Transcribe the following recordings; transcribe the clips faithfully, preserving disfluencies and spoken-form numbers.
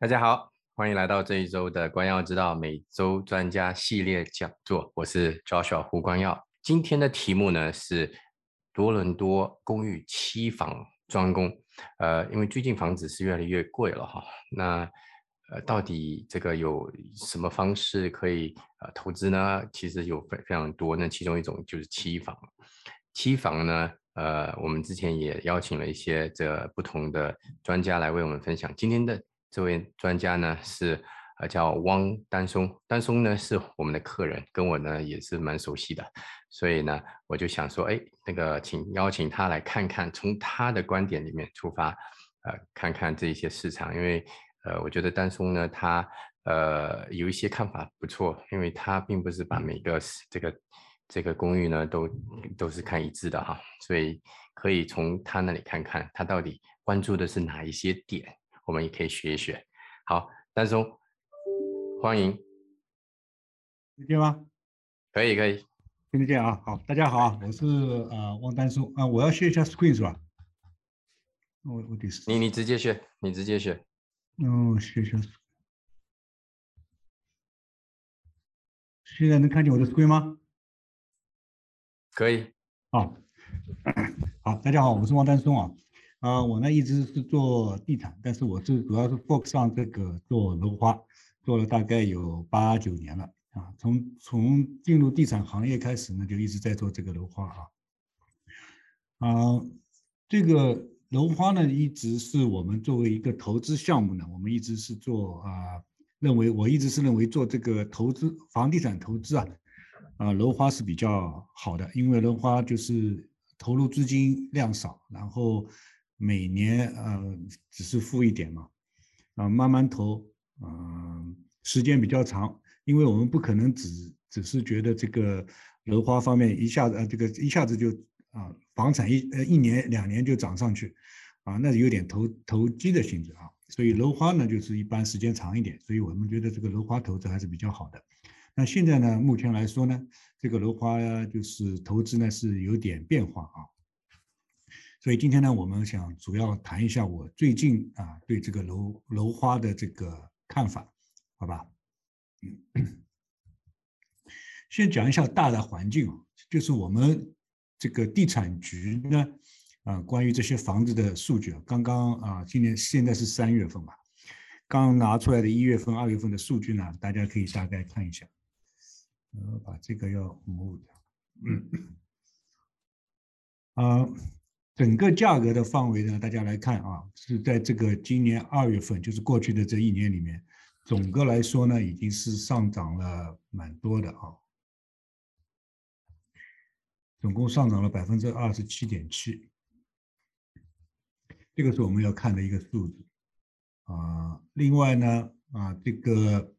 大家好，欢迎来到这一周的光耀之道每周专家系列讲座，我是 Joshua 胡光耀。今天的题目呢是多伦多公寓期房专攻，呃，因为最近房子是越来越贵了哈，那呃，到底这个有什么方式可以呃投资呢？其实有非非常多，那其中一种就是期房。期房呢，呃，我们之前也邀请了一些这不同的专家来为我们分享。今天的这位专家呢是呃叫汪丹松，丹松呢是我们的客人，跟我呢也是蛮熟悉的，所以呢我就想说，哎，那个请邀请他来看看，从他的观点里面出发，呃，看看这一些市场，因为呃我觉得丹松呢他呃有一些看法不错，因为他并不是把每个这个这个公寓呢都都是看一致的哈，所以可以从他那里看看他到底关注的是哪一些点。我们也可以学一学。好，丹松，欢迎， 听得见吗？ 可以可以， 听得见啊。好，大家好啊，我是呃汪丹松啊。我要 share 一下 screen 是吧？我我得你你直接学，你直接学， 嗯 share 一下 screen。现在能看见我的 screen 吗？ 可以， 好，好，大家好，我是汪丹松啊。啊、我呢一直是做地产，但是我是主要是 focus 上这个做楼花，做了大概有八九年了啊。从从进入地产行业开始呢，就一直在做这个楼花啊。啊，这个楼花呢，一直是我们作为一个投资项目呢，我们一直是做啊，认为我一直是认为做这个投资房地产投资啊，啊，楼花是比较好的，因为楼花就是投入资金量少，然后每年呃只是付一点嘛，啊，慢慢投，嗯、时间比较长，因为我们不可能只只是觉得这个楼花方面一下子呃这个一下子就啊房产一呃一年两年就涨上去，啊那有点投投机的性质啊，所以楼花呢就是一般时间长一点，所以我们觉得这个楼花投资还是比较好的。那现在呢，目前来说呢，这个楼花就是投资呢是有点变化啊，所以今天呢，我们想主要谈一下我最近啊对这个楼楼花的这个看法，好吧？先讲一下大的环境啊，就是我们这个地产局呢，啊，关于这些房子的数据啊，刚刚啊，今年现在是三月份吧，刚拿出来的一月份、二月份的数据呢，大家可以大概看一下。呃，把这个要 move 掉。嗯，啊，整个价格的范围呢，大家来看啊，是在这个今年二月份，就是过去的这一年里面，总个来说呢，已经是上涨了蛮多的啊。总共上涨了百分之二十七点七，这个是我们要看的一个数字啊。另外呢，啊，这个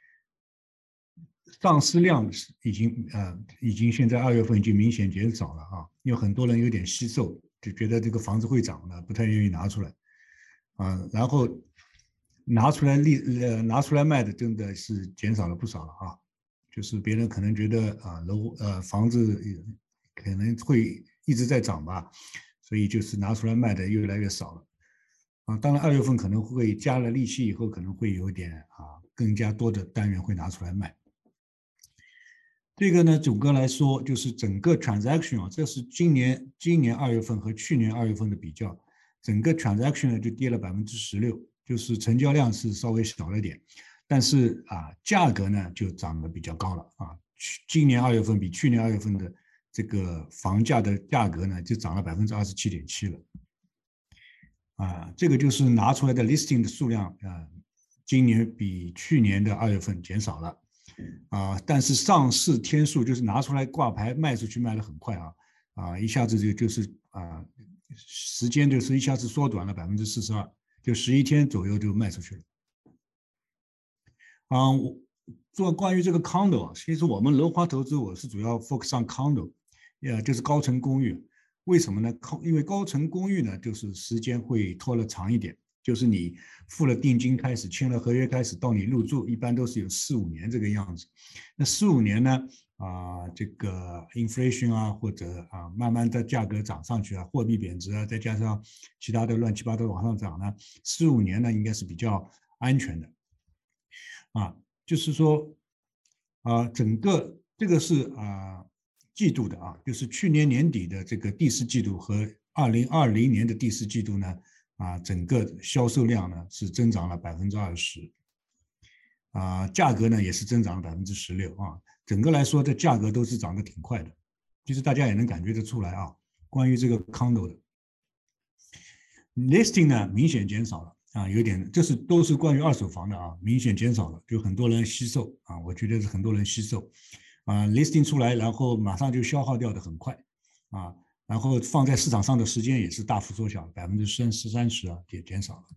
上市量已经呃已经现在二月份已经明显减少了啊，因为很多人有点惜售，就觉得这个房子会涨的，不太愿意拿出来啊。然后拿出来利呃拿出来卖的真的是减少了不少了啊。就是别人可能觉得啊楼呃房子可能会一直在涨吧，所以就是拿出来卖的越来越少了啊。当然二月份可能会加了利息以后，可能会有点啊更加多的单元会拿出来卖。这个呢，总个来说就是整个 transaction 啊，这是今年今年二月份和去年二月份的比较，整个 transaction 呢就跌了百分之十六，就是成交量是稍微小了点，但是啊价格呢就涨得比较高了啊，今年二月份比去年二月份的这个房价的价格呢就涨了百分之二十七点七了，啊，这个就是拿出来的 listing 的数量啊，今年比去年的二月份减少了。啊，但是上市天数就是拿出来挂牌卖出去卖的很快啊啊，一下子就就是啊，时间就是一下子缩短了百分之四十二，就十一天左右就卖出去了。啊，我做关于这个 condo 啊，其实我们楼花投资我是主要 focus 上 condo，呃，就是高层公寓。为什么呢？因为高层公寓呢，就是时间会拖得长一点，就是你付了定金开始，签了合约开始，到你入住，一般都是有四五年这个样子。那四五年呢，啊、呃，这个 inflation 啊，或者啊，慢慢的价格涨上去啊，货币贬值啊，再加上其他的乱七八糟往上涨呢，四五年呢，应该是比较安全的。啊，就是说啊，整个这个是啊季度的啊，就是去年年底的这个第四季度和二零二零年的第四季度呢，啊，整个销售量呢是增长了百分之二十，啊，价格呢也是增长了百分之十六啊，整个来说这价格都是涨得挺快的，其实大家也能感觉得出来啊。关于这个 condo 的 listing 呢，明显减少了。啊，有点，这是都是关于二手房的啊，明显减少了，就很多人惜售啊，我觉得是很多人惜售，啊 ，listing 出来，然后马上就消耗掉的很快，啊，然后放在市场上的时间也是大幅缩小，百分之三十三十啊，也减少了。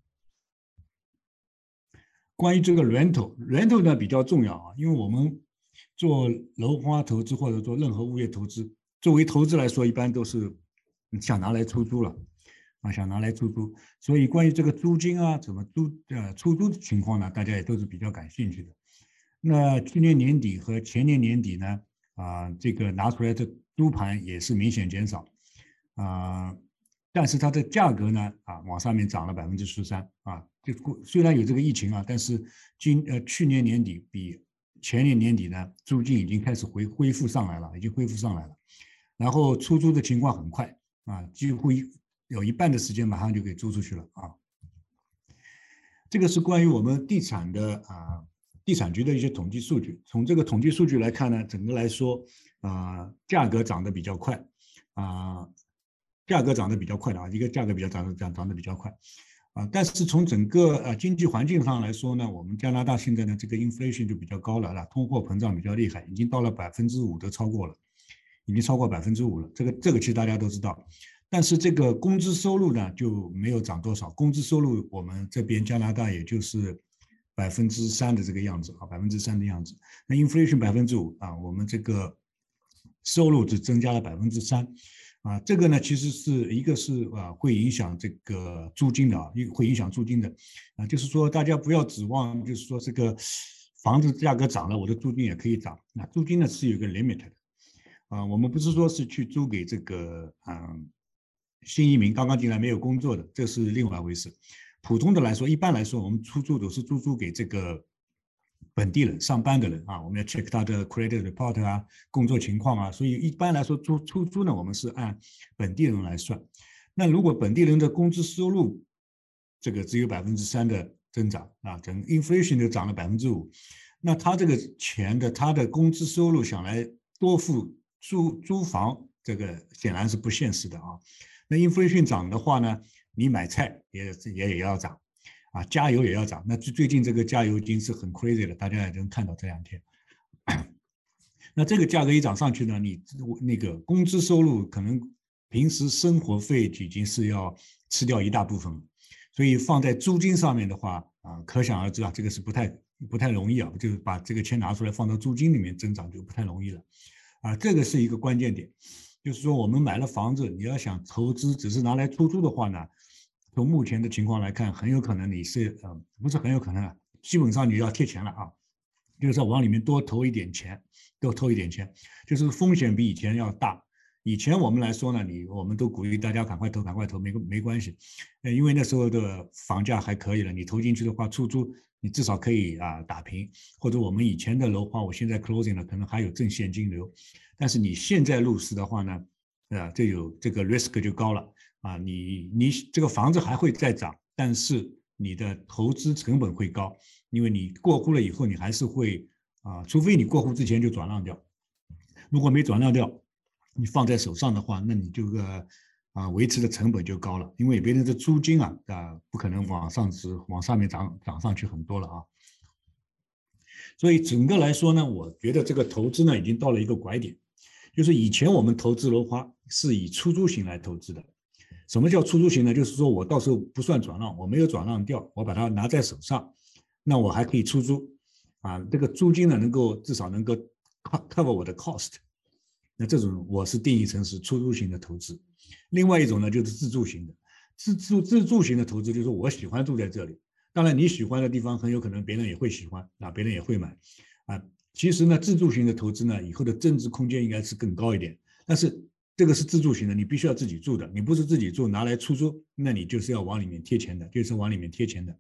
关于这个 rental，rental 呢比较重要啊，因为我们做楼花投资或者做任何物业投资，作为投资来说，一般都是想拿来出租了。啊，想拿来出租，所以关于这个租金啊，怎么租呃出租的情况呢，大家也都是比较感兴趣的。那去年年底和前年年底呢，啊，这个拿出来的租盘也是明显减少，啊，但是它的价格呢，啊，往上面涨了百分之十三，啊，就虽然有这个疫情啊，但是今呃去年年底比前年年底呢，租金已经开始恢恢复上来了，已经恢复上来了，然后出租的情况很快，啊，几乎有一半的时间马上就给租出去了啊。这个是关于我们地产的啊，地产局的一些统计数据。从这个统计数据来看呢，整个来说啊，价格涨得比较快啊，价格涨得比较快的啊，一个价格比较涨涨涨得比较快啊。但是从整个呃经济环境上来说呢，我们加拿大现在的这个 inflation 就比较高了，通货膨胀比较厉害，已经到了百分之五都超过了，已经超过百分之五了。这个这个其实大家都知道。但是这个工资收入呢就没有涨多少，工资收入我们这边加拿大也就是百分之三的这个样子啊，百分之三的样子。那 inflation 百分之五啊，我们这个收入只增加了百分之三啊，这个呢其实是一个是啊会影响这个租金的啊，会影响租金的啊，就是说大家不要指望就是说这个房子价格涨了，我的租金也可以涨。那租金呢是有一个 limit 的啊，我们不是说是去租给这个嗯。新移民刚刚进来没有工作的，这是另外一回事。普通的来说，一般来说，我们出租都是出租给这个本地人、上班的人啊，我们要 check 他的 credit report 啊、工作情况啊。所以一般来说，出出租呢，我们是按本地人来算。那如果本地人的工资收入这个只有百分之三的增长啊，整 inflation 就涨了百分之五，那他这个钱的他的工资收入想来多付租租房，这个显然是不现实的啊。那 inflation 涨的话呢，你买菜也也也要涨，啊，加油也要涨。那最最近这个加油金是很 crazy 的，大家也能看到这两天。那这个价格一涨上去呢，你那个工资收入可能平时生活费已经是要吃掉一大部分了，所以放在租金上面的话啊，可想而知啊，这个是不太不太容易啊，就是把这个钱拿出来放到租金里面增长就不太容易了，啊，这个是一个关键点。就是说，我们买了房子，你要想投资，只是拿来出租的话呢，从目前的情况来看，很有可能你是呃，不是很有可能啊，基本上你要贴钱了啊，就是说往里面多投一点钱，多投一点钱，就是风险比以前要大。以前我们来说呢，你我们都鼓励大家赶快投，赶快投，没没关系，呃，因为那时候的房价还可以了，你投进去的话，出租你至少可以啊打平，或者我们以前的楼花，我现在 closing 了，可能还有正现金流。但是你现在入市的话呢，啊，这有这个 risk 就高了啊，你你这个房子还会再涨，但是你的投资成本会高，因为你过户了以后，你还是会啊，除非你过户之前就转让掉，如果没转让掉，你放在手上的话，那你这个啊维持的成本就高了，因为别人的租金啊啊不可能往上值往上面涨涨上去很多了啊。所以整个来说呢，我觉得这个投资呢已经到了一个拐点。就是以前我们投资楼花是以出租型来投资的。什么叫出租型呢？就是说我到时候不算转让，我没有转让掉，我把它拿在手上，那我还可以出租啊。这个租金呢，能够至少能够 cover 我的 cost。那这种我是定义成是出租型的投资。另外一种呢，就是自住型的。自住自住型的投资就是我喜欢住在这里，当然你喜欢的地方很有可能别人也会喜欢啊，别人也会买啊。其实呢，自住型的投资呢，以后的增值空间应该是更高一点。但是这个是自住型的，你必须要自己住的，你不是自己住拿来出租，那你就是要往里面贴钱的，就是往里面贴钱的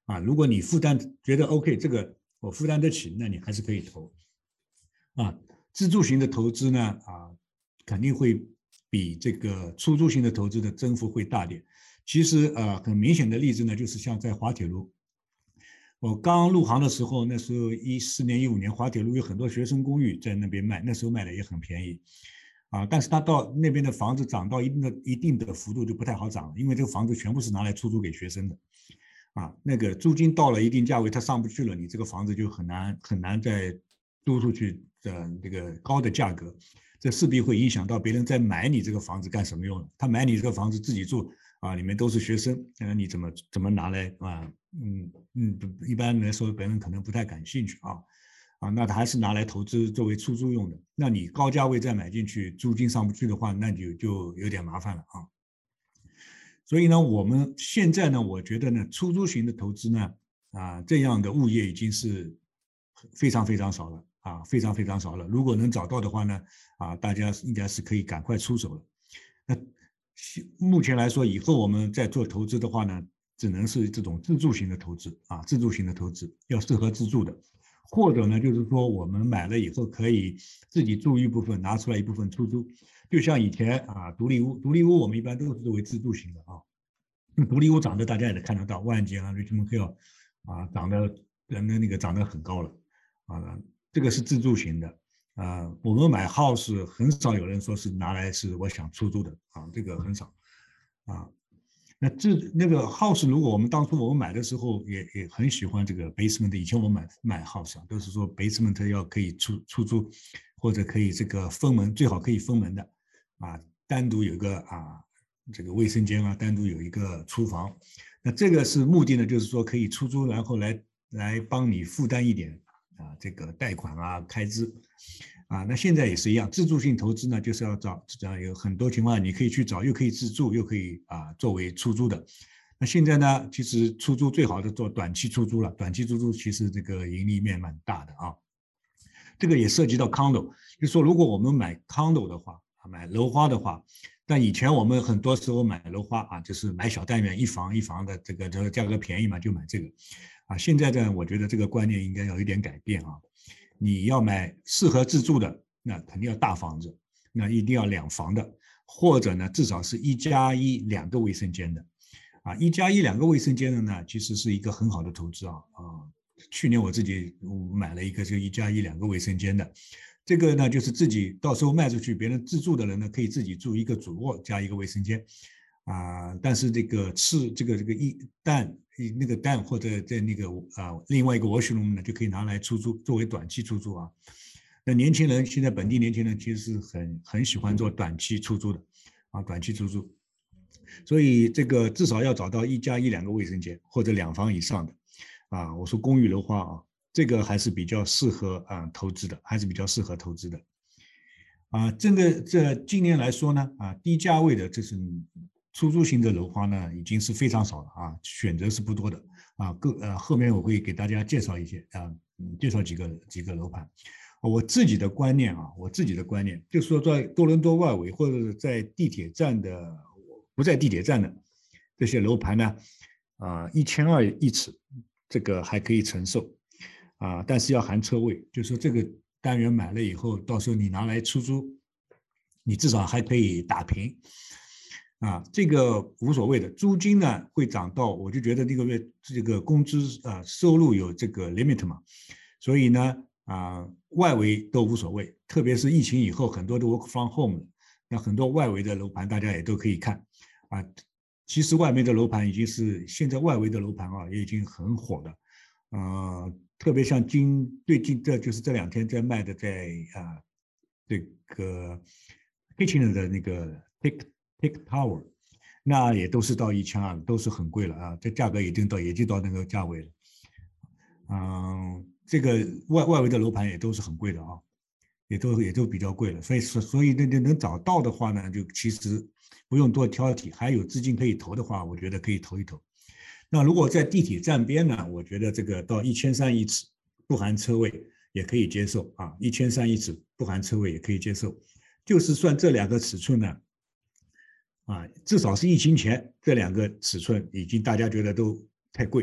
啊，如果你负担觉得 OK， 这个我负担得起，那你还是可以投。啊，自住型的投资呢，啊，肯定会比这个出租型的投资的增幅会大点。其实呃，很明显的例子呢，就是像在滑铁卢，我刚入行的时候，那时候一四年、一五年，滑铁卢有很多学生公寓在那边卖，那时候卖的也很便宜，啊，但是它到那边的房子涨到一定的一定的幅度就不太好涨了，因为这个房子全部是拿来出租给学生的，啊，那个租金到了一定价位，它上不去了，你这个房子就很难很难再租出去的这个高的价格，这势必会影响到别人在买你这个房子干什么用的？他买你这个房子自己住啊，里面都是学生，那你怎么怎么拿来啊？嗯嗯，一般来说别人可能不太感兴趣啊啊，那他还是拿来投资作为出租用的。那你高价位再买进去，租金上不去的话，那就就有点麻烦了啊。所以呢，我们现在呢，我觉得呢，出租型的投资呢，啊，这样的物业已经是非常非常少了啊，非常非常少了。如果能找到的话呢，啊，大家应该是可以赶快出手了。那目前来说，以后我们在做投资的话呢，只能是这种自住型的投资啊，自住型的投资要适合自住的，或者呢，就是说我们买了以后可以自己住一部分，拿出来一部分出租。就像以前啊，独立屋，独立屋我们一般都是作为自住型的啊。独立屋涨得大家也看得到，万锦啊、Richmond Hill 啊，涨得人的那个涨得很高了啊，这个是自住型的啊。我们买 house 很少有人说是拿来是我想出租的啊，这个很少啊。那这那个 house， 如果我们当初我们买的时候也也很喜欢这个 basement， 以前我们买买 house 啊，都是说 basement 要可以出出租，或者可以这个分门，最好可以分门的啊，单独有一个啊这个卫生间啊，单独有一个厨房。那这个是目的呢，就是说可以出租，然后来来帮你负担一点啊这个贷款啊开支。啊，那现在也是一样，自住性投资呢，就是要找这样有很多情况，你可以去找，又可以自住，又可以啊作为出租的。那现在呢，其实出租最好的做短期出租了，短期出租其实这个盈利面蛮大的啊。这个也涉及到 condo， 就是说如果我们买 condo 的话，买楼花的话，但以前我们很多时候买楼花啊，就是买小单元一房一房的，这个这个价格便宜嘛，就买这个啊。现在呢，我觉得这个观念应该要有点改变啊。你要买适合自住的，那肯定要大房子，那一定要两房的，或者呢至少是一加一两个卫生间的，啊，一加一两个卫生间的呢，其实是一个很好的投资啊啊。去年我自己买了一个就一加一两个卫生间的，这个呢就是自己到时候卖出去，别人自住的人呢可以自己住一个主卧加一个卫生间，啊，但是这个次这个这个一蛋那个蛋或者在那个啊另外一个 washroom 呢就可以拿来出租，作为短期出租啊。那年轻人现在本地年轻人其实是很很喜欢做短期出租的啊，短期出租，所以这个至少要找到一加一两个卫生间或者两房以上的啊。我说公寓楼花啊，这个还是比较适合啊投资的，还是比较适合投资的。啊，这个这今年来说呢，啊，低价位的这是出租型的楼花呢，已经是非常少了啊，选择是不多的啊。各呃后面我会给大家介绍一些啊，嗯，介绍几个几个楼盘。我自己的观念啊，我自己的观念就是说，在多伦多外围或者是在地铁站的不在地铁站的这些楼盘呢，啊，一千二一尺，这个还可以承受啊，但是要含车位，就是说这个单元买了以后，到时候你拿来出租，你至少还可以打平啊，这个无所谓的。租金呢会涨到，我就觉得这个月这个工资啊收入有这个 limit 嘛，所以呢啊外围都无所谓，特别是疫情以后很多都 work from home 了，那很多外围的楼盘大家也都可以看啊。其实外面的楼盘已经是现在外围的楼盘啊也已经很火了，呃，特别像今最近这就是这两天在卖的在啊这个 Kitchener 的那个 Tick Tick Tower， 那也都是到一千二，都是很贵了啊，这价格已经到也就到那个价位了。嗯，这个外外围的楼盘也都是很贵的啊，也都也都比较贵了，所以所以那那能找到的话呢，就其实不用多挑剔，还有资金可以投的话，我觉得可以投一投。那如果在地铁站边呢，我觉得这个到一千三一尺不含车位也可以接受啊，一千三一尺不含车位也可以接受，就是算这两个尺寸呢，啊，至少是疫情前这两个尺寸已经大家觉得都太贵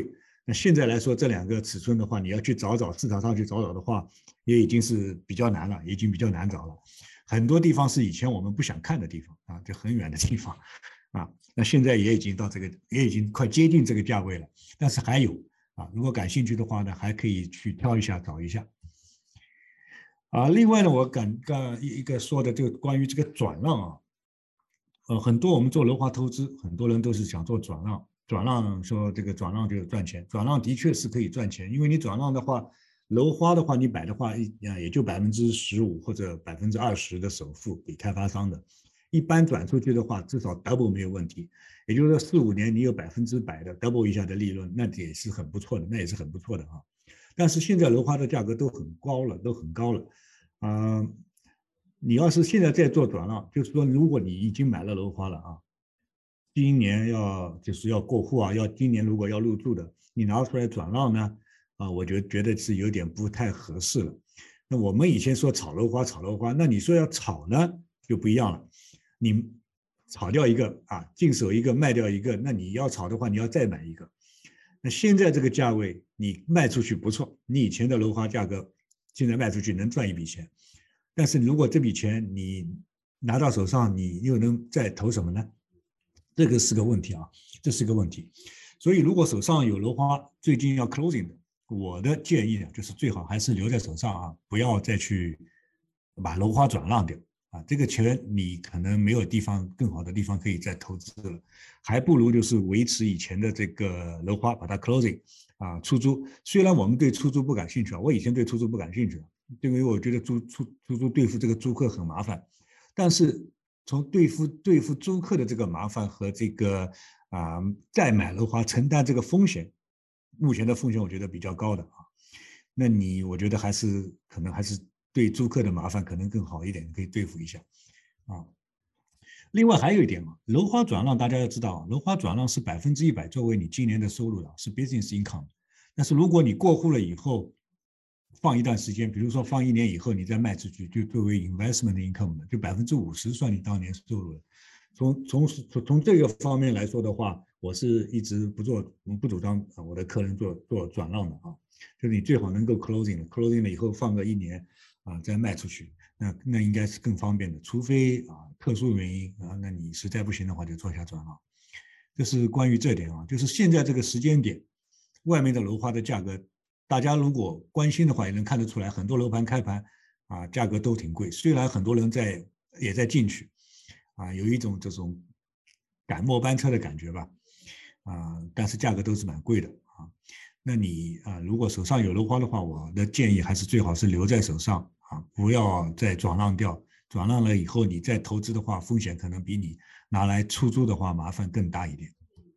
那现在来说，这两个尺寸的话，你要去找找市场上去找找的话，也已经是比较难了，已经比较难找了。很多地方是以前我们不想看的地方啊，就很远的地方啊。那现在也已经到这个，也已经快接近这个价位了。但是还有啊，如果感兴趣的话呢，还可以去挑一下找一下。啊，另外呢，我敢干一个说的，就关于这个转让啊，呃，很多我们做楼花投资，很多人都是想做转让。转让说这个转让就赚钱，转让的确是可以赚钱，因为你转让的话，楼花的话你买的话，啊也就百分之十五或者百分之二十的首付给开发商的，一般转出去的话，至少 double 没有问题，也就是说四五年你有百分之百的 double 一下的利润，那也是很不错的，那也是很不错的啊。但是现在楼花的价格都很高了，都很高了，啊、呃，你要是现在在做转让，就是说如果你已经买了楼花了啊。今年要就是要过户啊，要今年如果要入住的，你拿出来转让呢，啊，我觉得觉得是有点不太合适了。那我们以前说炒楼花，炒楼花，那你说要炒呢，就不一样了。你炒掉一个啊，进手一个，卖掉一个，那你要炒的话，你要再买一个。那现在这个价位，你卖出去不错，你以前的楼花价格，现在卖出去能赚一笔钱。但是如果这笔钱你拿到手上，你又能再投什么呢？这个是个问题啊，这是个问题。所以如果手上有楼花，最近要 closing 的，我的建议呢，就是最好还是留在手上啊，不要再去把楼花转让掉啊。这个钱你可能没有地方更好的地方可以再投资了，还不如就是维持以前的这个楼花，把它 closing 啊出租。虽然我们对出租不感兴趣啊，我以前对出租不感兴趣，因为我觉得租出出租对付这个租客很麻烦，但是从对付对付租客的这个麻烦和这个啊、呃、再买楼花承担这个风险，目前的风险我觉得比较高的啊。那你我觉得还是可能还是对租客的麻烦可能更好一点，可以对付一下啊。另外还有一点嘛，楼花转让大家要知道，楼花转让是百分之一百作为你今年的收入的，是 business income。但是如果你过户了以后，放一段时间，比如说放一年以后，你再卖出去，就作为 investment income 的，就百分之五十算你当年收入了。从从从这个方面来说的话，我是一直不做不主张我的客人做做转让的啊，就是你最好能够 closing closing 了以后放个一年啊再卖出去，那那应该是更方便的，除非啊特殊原因啊，那你实在不行的话就做一下转让。这是关于这点啊，就是现在这个时间点，外面的楼花的价格。大家如果关心的话，也能看得出来，很多楼盘开盘啊，价格都挺贵。虽然很多人在也在进去，啊，有一种这种赶末班车的感觉吧，啊，但是价格都是蛮贵的啊。那你啊，如果手上有楼花的话，我的建议还是最好是留在手上啊，不要再转让掉。转让了以后，你再投资的话，风险可能比你拿来出租的话麻烦更大一点。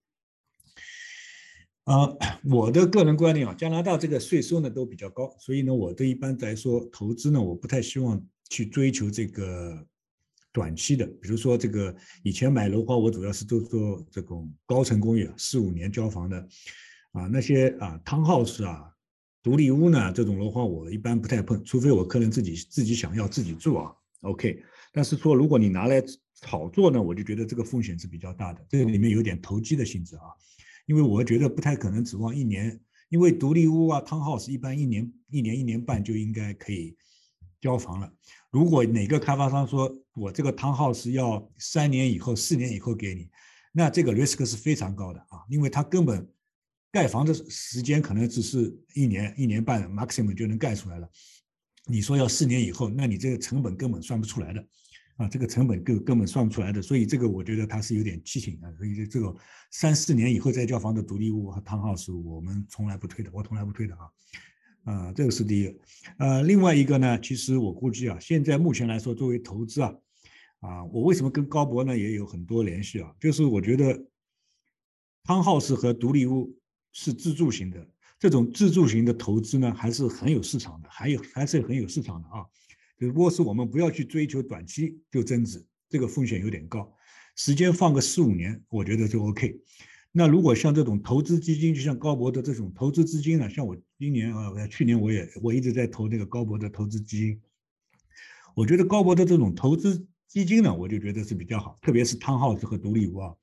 呃，我的个人观点啊，加拿大这个税收呢都比较高，所以呢，我对一般来说投资呢，我不太希望去追求这个短期的，比如说这个以前买楼花，我主要是都做这种高层公寓，四五年交房的，啊，那些啊 townhouse 啊、独立屋呢这种楼花，我一般不太碰，除非我客人自己自己想要自己住啊 ，OK。但是说如果你拿来炒作呢，我就觉得这个风险是比较大的，这个里面有点投机的性质啊。因为我觉得不太可能指望一年，因为独立屋啊、townhouse 一般一年、一年、一年半就应该可以交房了。如果哪个开发商说我这个 townhouse 要三年以后、四年以后给你，那这个 risk 是非常高的啊，因为他根本盖房的时间可能只是一年、一年半 maximum 就能盖出来了。你说要四年以后，那你这个成本根本算不出来的。啊，这个成本根根本算不出来的，所以这个我觉得它是有点畸形的。所以这个三四年以后再交房的独立屋和townhouse，我们从来不推的，我从来不推的啊。啊、呃，这个是第一个。呃，另外一个呢，其实我估计啊，现在目前来说，作为投资啊，啊，我为什么跟高博呢也有很多联系啊？就是我觉得townhouse和独立屋是自住型的，这种自住型的投资呢，还是很有市场的，还有还是很有市场的啊。只不过是我们不要去追求短期就增值，这个风险有点高。时间放个四五年，我觉得就 OK。那如果像这种投资基金，就像高博的这种投资资金呢，像我今年啊，去年我也我一直在投那个高博的投资基金。我觉得高博的这种投资基金呢，我就觉得是比较好，特别是townhouse和独立屋啊，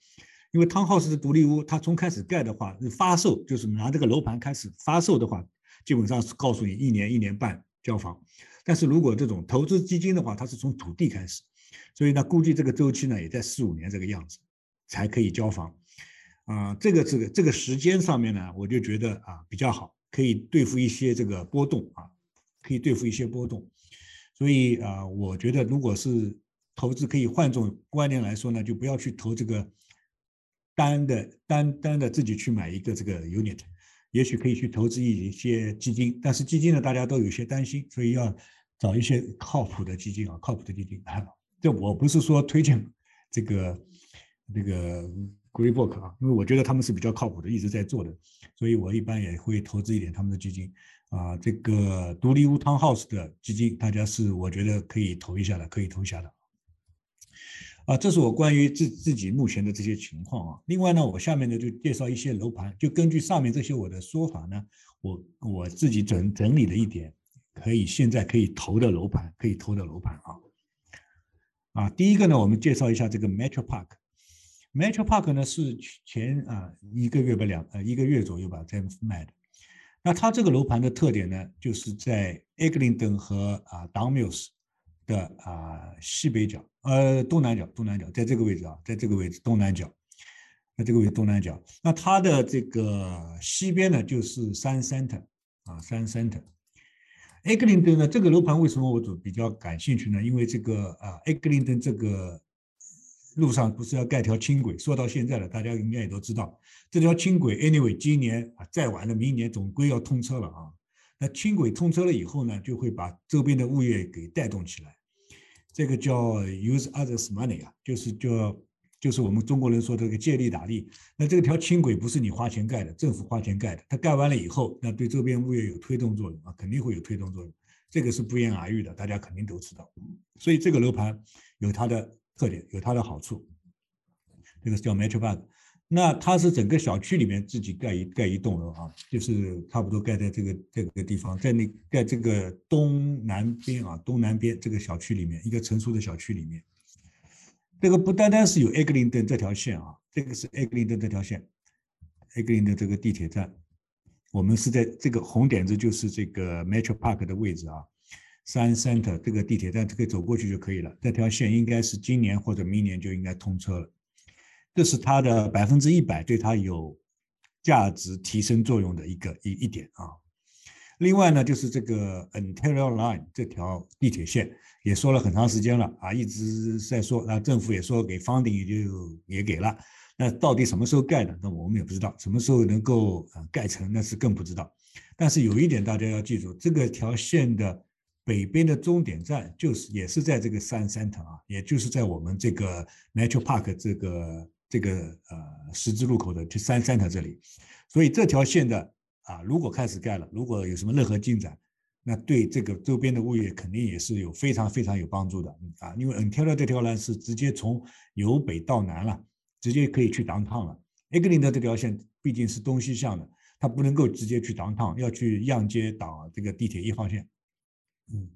因为汤 house 的独立屋，它从开始盖的话，发售就是拿这个楼盘开始发售的话，基本上是告诉你一年一年半交房。但是如果这种投资基金的话，它是从土地开始，所以呢，估计这个周期呢也在四五年这个样子才可以交房。啊、呃，这个这个这个时间上面呢，我就觉得啊比较好，可以对付一些这个波动啊，可以对付一些波动。所以啊、呃，我觉得如果是投资可以换种观念来说呢，就不要去投这个单的单单的自己去买一个这个 unit， 也许可以去投资一些基金，但是基金呢大家都有些担心，所以要找一些靠谱的基金啊，靠谱的基金。这我不是说推荐这个这个 Greybook 啊，因为我觉得他们是比较靠谱的，一直在做的，所以我一般也会投资一点他们的基金啊。这个独立屋 Townhouse 的基金，大家是我觉得可以投一下的，可以投一下的。啊，这是我关于自自己目前的这些情况啊。另外呢，我下面呢就介绍一些楼盘，就根据上面这些我的说法呢，我我自己整整理了一点，可以现在可以投的楼盘，可以投的楼盘啊。啊，第一个呢，我们介绍一下这个 Metro Park。Metro Park 呢是前啊一个月吧两呃一个月左右吧在卖的。那它这个楼盘的特点呢，就是在 Eglinton 和啊 Downmills 的啊西北角，呃东南角，东南角，在这个位置啊，在这个位置东南角，在这个位置东南角。那它的这个西边呢就是 Sun Center 啊 Sun Center。Eglinton 呢，这个楼盘为什么我比较感兴趣呢？因为这个啊 Eglinton 这个路上不是要盖条轻轨，说到现在了，大家应该也都知道，这条轻轨 anyway 今年啊再晚了，明年总归要通车了啊。那轻轨通车了以后呢，就会把周边的物业给带动起来，这个叫 use others money 啊，就是叫就是我们中国人说这个借力打力。那这条轻轨不是你花钱盖的，政府花钱盖的，它盖完了以后，那对周边物业有推动作用啊，肯定会有推动作用，这个是不言而喻的，大家肯定都知道。所以这个楼盘有它的特点，有它的好处。这个叫 Metro Park。那它是整个小区里面自己盖一盖一栋楼啊，就是差不多盖在这个这个地方，在那盖这个东南边啊，东南边这个小区里面，一个成熟的小区里面。这个不单单是有 Eglinton 这条线啊，这个是 Eglinton 这条线 ，Eglinton 这个地铁站，我们是在这个红点子就是这个 Metro Park 的位置啊 ，Sun Center 这个地铁站可以走过去就可以了。这条线应该是今年或者明年就应该通车了。这是它的百分之一百对它有价值提升作用的一个一一点啊。另外呢，就是这个 Ontario Line 这条地铁线也说了很长时间了啊，一直在说，那政府也说给 funding 也就也给了，那到底什么时候盖的？那我们也不知道，什么时候能够盖成，那是更不知道。但是有一点大家要记住，这个条线的北边的终点站就是也是在这个 Sun Center 啊，也就是在我们这个 Metro Park 这个。这个呃十字路口的去Sun Center这里，所以这条线的啊，如果开始盖了，如果有什么任何进展，那对这个周边的物业肯定也是有非常非常有帮助的啊，因为 Ontario 这条呢是直接从由北到南了，直接可以去 downtown 了。Eglinton 这条线毕竟是东西向的，它不能够直接去 downtown，要去样街打这个地铁一号线。嗯。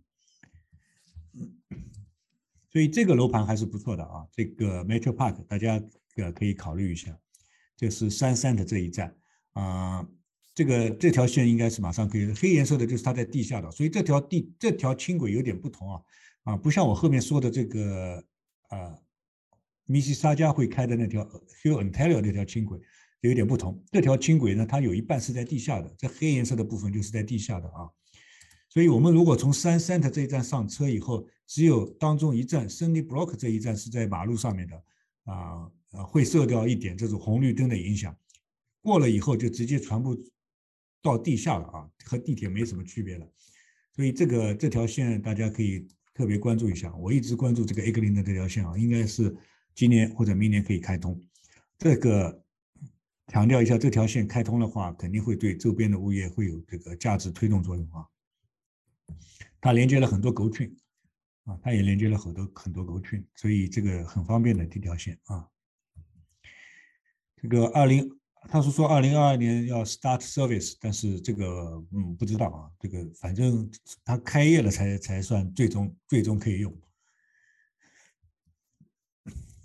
所以这个楼盘还是不错的啊，这个 Metro Park 大家呃可以考虑一下，这是Sun Center这一站啊、呃，这个这条线应该是马上可以，黑颜色的就是它在地下的，所以这条地这条轻轨有点不同啊啊，不像我后面说的这个啊密西沙加会开的那条 Hill Ontario 那条轻轨有点不同，这条轻轨呢它有一半是在地下的，这黑颜色的部分就是在地下的啊。所以我们如果从Sun Center这一站上车以后，只有当中一站 Sunnybrook 这一站是在马路上面的啊、呃，会受掉一点这种红绿灯的影响。过了以后就直接全部到地下了啊，和地铁没什么区别了。所以这个这条线大家可以特别关注一下。我一直关注这个 Eglinton 这条线啊，应该是今年或者明年可以开通。这个强调一下，这条线开通的话，肯定会对周边的物业会有这个价值推动作用啊。它连接了很多沟群啊，它也连接了很多很多沟群，所以这个很方便的这条线啊。这个二零，他是说二零二二年要 start service， 但是这个嗯不知道啊，这个反正它开业了才才算最终最终可以用。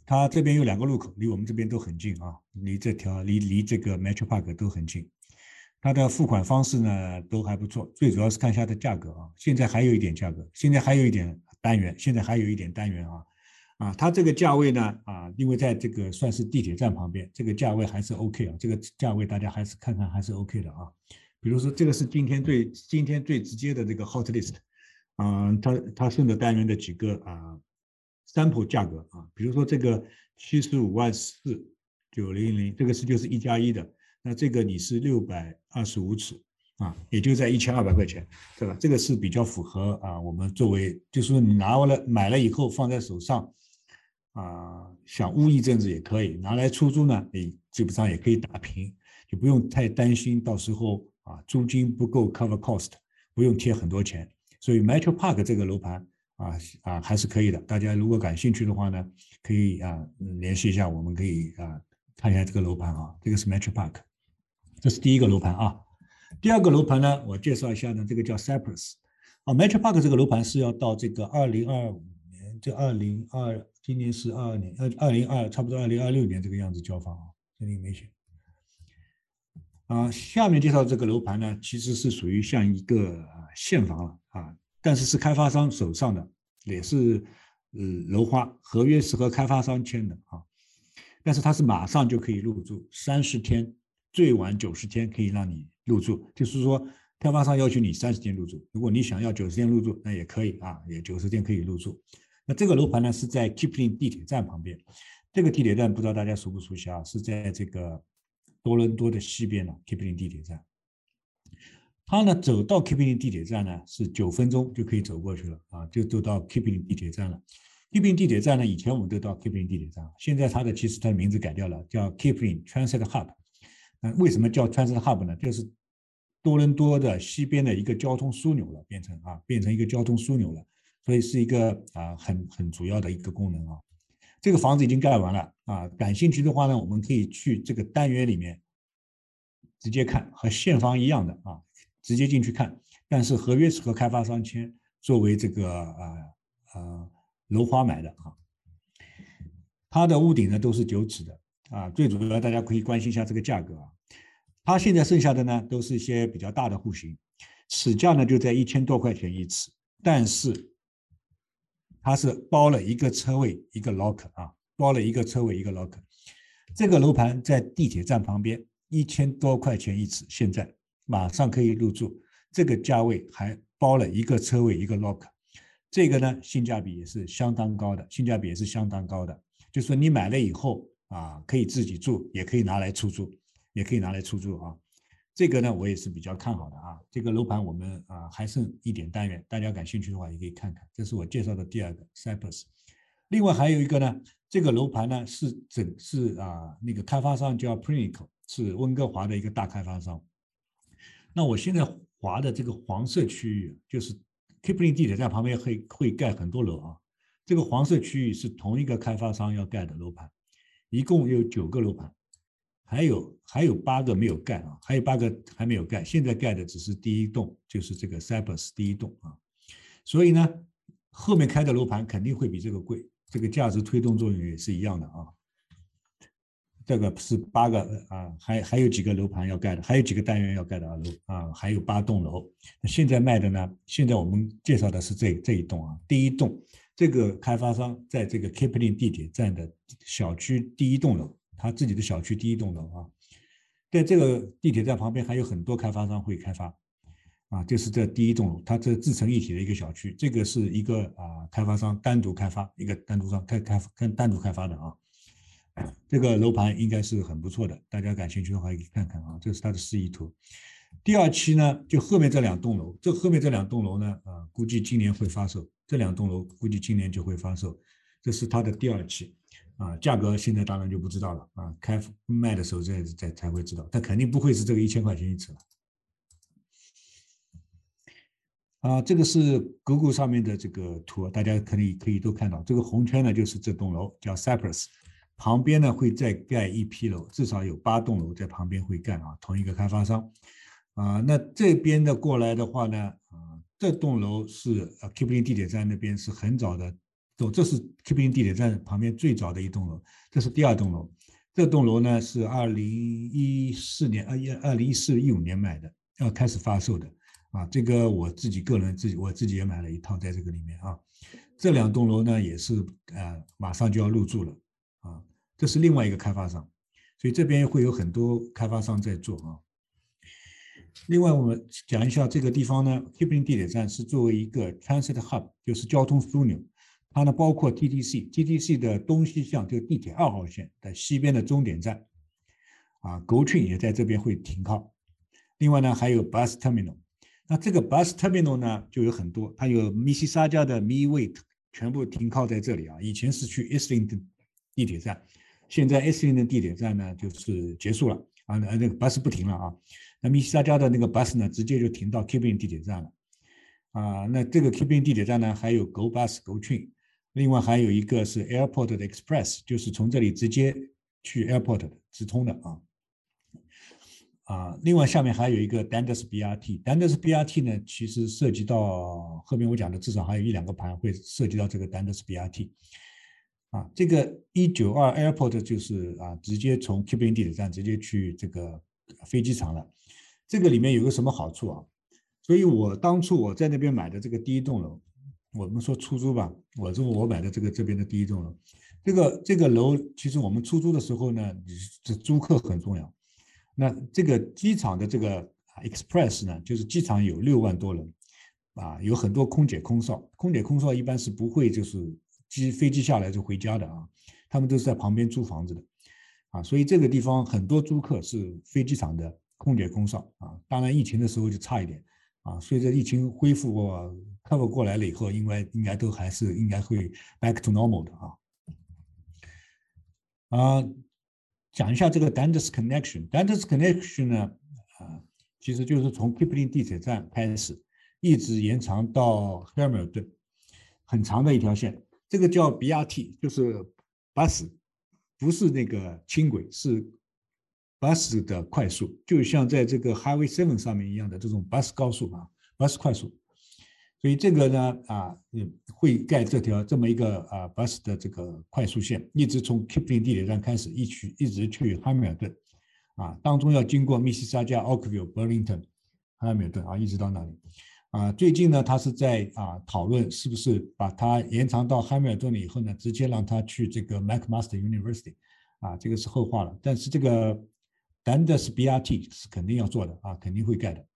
它这边有两个路口，离我们这边都很近啊，离这条离离这个 Metro Park 都很近。它的付款方式呢都还不错，最主要是看一下它的价格啊。现在还有一点价格，现在还有一点单元，现在还有一点单元啊啊，它这个价位呢啊，因为在这个算是地铁站旁边，这个价位还是 OK 啊，这个价位大家还是看看还是 OK 的啊。比如说这个是今天最今天最直接的这个 Hot List， 啊、呃，它它顺着单元的几个啊 sample 价格啊，比如说这个七十五万四九零零，这个是就是一加一的。那这个你是六百二十五尺啊，也就在一千二百块钱，对吧？这个是比较符合啊，我们作为就是说你拿完了买了以后放在手上啊，想捂一阵子也可以，拿来出租呢，你基本上也可以打平，就不用太担心到时候啊租金不够 cover cost， 不用贴很多钱。所以 Metro Park 这个楼盘啊啊还是可以的，大家如果感兴趣的话呢，可以啊联系一下，我们可以啊看一下这个楼盘啊，这个是 Metro Park。这是第一个楼盘啊，第二个楼盘呢，我介绍一下呢，这个叫 Cypress 啊 ，Metro Park 这个楼盘是要到这个二零二五年，这二零二今年是二二年，呃，二零二差不多二零二六年这个样子交房啊，这里没写啊。下面介绍这个楼盘呢，其实是属于像一个啊现房了啊，但是是开发商手上的，也是呃楼花合约是和开发商签的啊，但是它是马上就可以入住，三十天。最晚九十天可以让你入住，就是说开发商要求你三十天入住，如果你想要九十天入住，那也可以啊，也九十天可以入住。那这个楼盘呢是在 Kipling 地铁站旁边，这个地铁站不知道大家熟不熟悉啊？是在这个多伦多的西边呢 ，Kipling 地铁站。它呢走到 Kipling 地铁站呢是九分钟就可以走过去了啊，就走到 Kipling 地铁站了。Kipling 地铁站呢，以前我们都到 Kipling 地铁站，现在它的其实它的名字改掉了，叫 Kipling Transit Hub。那为什么叫 Transit Hub 呢？就是多伦多的西边的一个交通枢纽了，变成啊，变成一个交通枢纽了，所以是一个啊很很主要的一个功能啊。这个房子已经盖完了啊，感兴趣的话呢，我们可以去这个单元里面直接看，和现房一样的啊，直接进去看，但是合约是和开发商签，作为这个啊啊楼花买的啊。它的屋顶呢都是九尺的啊，最主要大家可以关心一下这个价格啊。它现在剩下的呢都是一些比较大的户型，尺价呢就在一千多块钱一尺，但是它是包了一个车位一个 locker 啊，包了一个车位一个 locker。这个楼盘在地铁站旁边，一千多块钱一尺，现在马上可以入住，这个价位还包了一个车位一个 locker， 这个呢性价比也是相当高的，性价比也是相当高的。就是说你买了以后啊，可以自己住，也可以拿来出租，也可以拿来出租啊。这个呢，我也是比较看好的啊。这个楼盘我们啊还剩一点单元，大家感兴趣的话也可以看看。这是我介绍的第二个 Cypress。另外还有一个呢，这个楼盘呢是整是啊那个开发商叫 Pinnacle， 是温哥华的一个大开发商。那我现在划的这个黄色区域，就是 Kipling 地铁站旁边会会盖很多楼啊。这个黄色区域是同一个开发商要盖的楼盘，一共有九个楼盘，还有还有八个没有盖啊，还有八个还没有盖，现在盖的只是第一栋，就是这个 Cypress 第一栋啊。所以呢，后面开的楼盘肯定会比这个贵，这个价值推动作用也是一样的啊。这个是八个啊，还还有几个楼盘要盖的，还有几个单元要盖的楼啊，还有八栋楼。现在卖的呢，现在我们介绍的是这这一栋啊，第一栋。这个开发商在这个 Kipling 地铁站的小区第一栋楼，他自己的小区第一栋楼啊，在这个地铁站旁边还有很多开发商会开发啊，就是这第一栋楼，它这自成一体的一个小区，这个是一个啊开发商单独开发，一个单独商开开跟单独开发的啊，这个楼盘应该是很不错的，大家感兴趣的话可以看看啊，这是它的示意图。第二期呢，就后面这两栋楼，这后面这两栋楼呢，啊，估计今年会发售。这两栋楼估计今年就会发售，这是它的第二期，啊，价格现在当然就不知道了，啊，开卖的时候再再才会知道，但肯定不会是这个一千块钱一尺了。啊，这个是 Google 上面的这个图，大家可以可以都看到，这个红圈呢就是这栋楼叫 Cypress， 旁边呢会再盖一批楼，至少有八栋楼在旁边会盖啊，同一个开发商。啊，那这边的过来的话呢，啊，这栋楼是 Kipling 地铁站那边是很早的走，这是 Kipling 地铁站旁边最早的一栋楼，这是第二栋楼。这栋楼呢是二零一四年，呃，二零一四一五年买的，要开始发售的啊。这个我自己个人自己我自己也买了一套在这个里面啊。这两栋楼呢也是呃马上就要入住了啊。这是另外一个开发商，所以这边会有很多开发商在做啊。另外，我们讲一下这个地方呢 ，Kipling 地铁站是作为一个 transit hub， 就是交通枢纽。它呢包括 T T C，T T C 的东西向这个地铁二号线的西边的终点站，啊 ，Go Train 也在这边会停靠。另外呢，还有 Bus Terminal。那这个 Bus Terminal 呢就有很多，它有密西沙加的 Midway 全部停靠在这里啊。以前是去 Islington 地铁站，现在 Islington 地铁站呢就是结束了啊，那个 bus 不停了啊。那密西沙加的那个 bus 呢，直接就停到 Kipling 地铁站了啊。那这个 Kipling 地铁站呢，还有 Go Bus、Go Train， 另外还有一个是 Airport 的 Express， 就是从这里直接去 Airport 的直通的啊。啊，另外下面还有一个 Dundas B R T，Dundas B R T 呢，其实涉及到后面我讲的，至少还有一两个盘会涉及到这个 Dundas B R T。啊，这个一九二 Airport 就是啊，直接从 Kipling 地铁站直接去这个飞机场了。这个里面有个什么好处啊？所以我当初我在那边买的这个第一栋楼，我们说出租吧，我说我买的这个这边的第一栋楼，这个这个楼其实我们出租的时候呢，这租客很重要。那这个机场的这个 Express 呢，就是机场有六万多人啊，有很多空姐空少，空姐空少一般是不会就是机飞机下来就回家的啊，他们都是在旁边租房子的啊，所以这个地方很多租客是飞机场的空姐空少啊。当然疫情的时候就差一点啊，随着疫情恢复过 cover 过来了以后，应该应该都还是应该会 back to normal 的啊啊。讲一下这个 Dundas Connection，Dundas Connection 呢，啊，其实就是从 Kipling 地铁站开始，一直延长到 Hamilton， 很长的一条线。这个叫 B R T， 就是 bus， 不是那个轻轨，是 bus 的快速，就像在这个 Highway seven 上面一样的这种 bus 高速啊 ，bus 快速。所以这个呢，啊，会盖这条这么一个啊 bus 的这个快速线，一直从 Kipling 地铁站开始，一去一直去汉密尔顿，啊，当中要经过密西沙加、Oakville、Burlington、汉密尔顿啊，一直到那里。啊，最近呢，他是在啊讨论是不是把它延长到汉密尔顿了以后呢，直接让他去这个 McMaster University， 啊，这个是后话了。但是这个 Dundas B R T 是肯定要做的啊，肯定会盖的。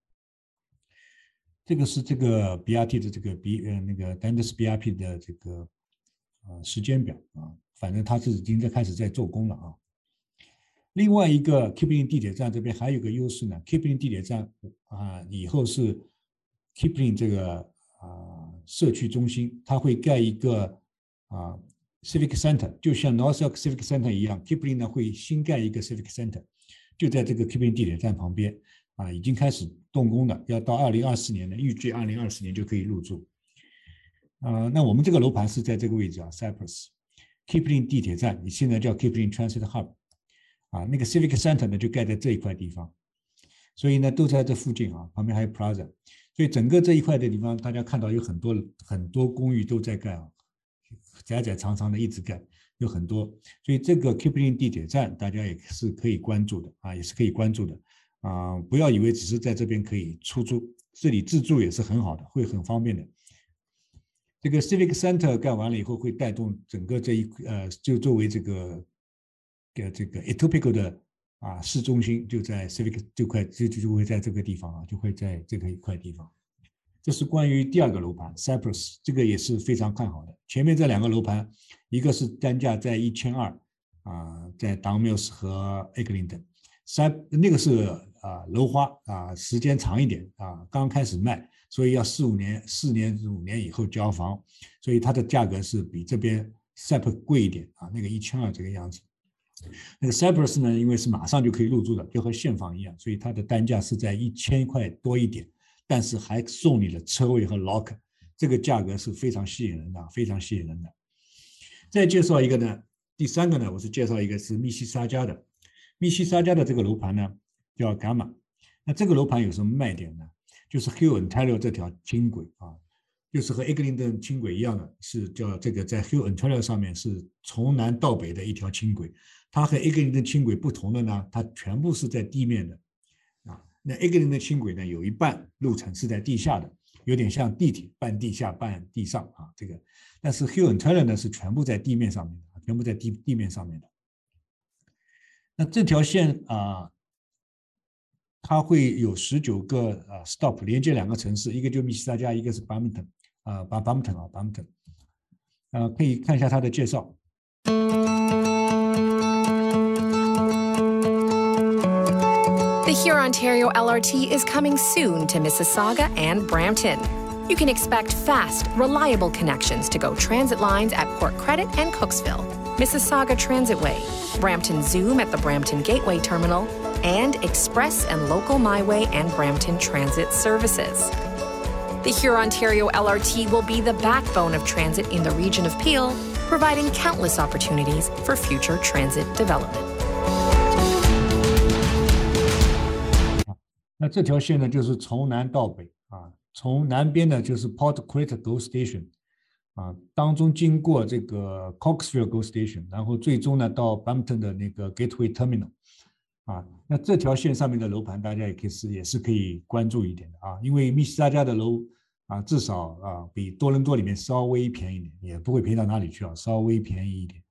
这个是这个 B R T 的这个 B 呃那个 Dundas B R T 的这个呃时间表啊，反正它是已经在开始在做工了啊。另外一个 Kipling 地铁站这边还有个优势呢 ，Kipling 地铁站啊以后是 Kipling 这个啊社区中心，它会盖一个啊 Civic Center， 就像 Norfolk Civic Center 一样 ，Kipling 呢会新盖一个 Civic Center， 就在这个 Kipling 地铁站旁边。啊，已经开始动工了，要到二零二四年呢，预计二零二四年就可以入住。呃，那我们这个楼盘是在这个位置啊 ，Cypress Kipling 地铁站，你现在叫 Kipling Transit Hub， 啊，那个 Civic Center 呢就盖在这一块地方，所以呢都在这附近啊，旁边还有 Plaza， 所以整个这一块的地方，大家看到有很多很多公寓都在盖啊，窄窄长长的一直盖，有很多，所以这个 Kipling 地铁站大家也是可以关注的啊，也是可以关注的。啊，不要以为只是在这边可以出租，这里自住也是很好的，会很方便的。这个 Civic Center 盖完了以后，会带动整个这一呃，就作为这个呃这个 Etobicoke 的啊市中心，就在 Civic 这块就就会在这个地方啊，就会在这个一块地方。这是关于第二个楼盘 Cypress， 这个也是非常看好的。前面这两个楼盘，一个是单价在一千二啊，在 Don Mills 和 Eglinton， 三那个是啊楼花啊，时间长一点啊，刚开始卖，所以要四五年、四年五年以后交房，所以它的价格是比这边 Cypress 贵一点啊，那个一千二这个样子。那个 Cypress 呢，因为是马上就可以入住的，就和现房一样，所以它的单价是在一千块多一点。但是还送你了车位和 locker， 这个价格是非常吸引人的，非常吸引人的。再介绍一个呢，第三个呢，我是介绍一个是密西沙加的，密西沙加的这个楼盘呢叫 Gamma。那这个楼盘有什么卖点呢？就是 Hill and Taylor 这条轻轨啊， 就是和 Eglinton 轻轨一样的，是叫这个在 Hill and Trail 上面是从南到北的一条轻轨。它和 Eglinton 轻轨不同的呢，它全部是在地面的啊。那 Eglinton 轻轨呢，有一半路程是在地下的，有点像地铁，半地下半地上啊。这个，但是 Hill and Trail 呢是全部在地面上面的，全部在地地面上面的。那这条线啊，它会有十九个啊 stop 连接两个城市，一个就密西萨加，一个是 Brampton 啊，巴 Brampton 啊 Brampton， 呃，可以看一下它的介绍。 The Hurontario L R T is coming soon to Mississauga and Brampton. You can expect fast, reliable connections to GO Transit lines at Port Credit and Cooksville, Mississauga Transitway, Brampton Zoom at the Brampton Gateway Terminal, and Express and Local MyWay and Brampton Transit services. The Hurontario L R T will be the backbone of transit in the region of Peel, providing countless opportunities for future transit development. 那这条线呢，就是从南到北啊，从南边呢就是 Port Credit GO Station 啊，当中经过这个 Cooksville GO Station， 然后最终呢到 Brampton 的那个 Gateway Terminal 啊。那这条线上面的楼盘，大家也可以是也是可以关注一点的啊，因为密西萨加的楼啊，至少啊比多伦多里面稍微便宜一点，也不会便宜到哪里去啊，稍微便宜一点。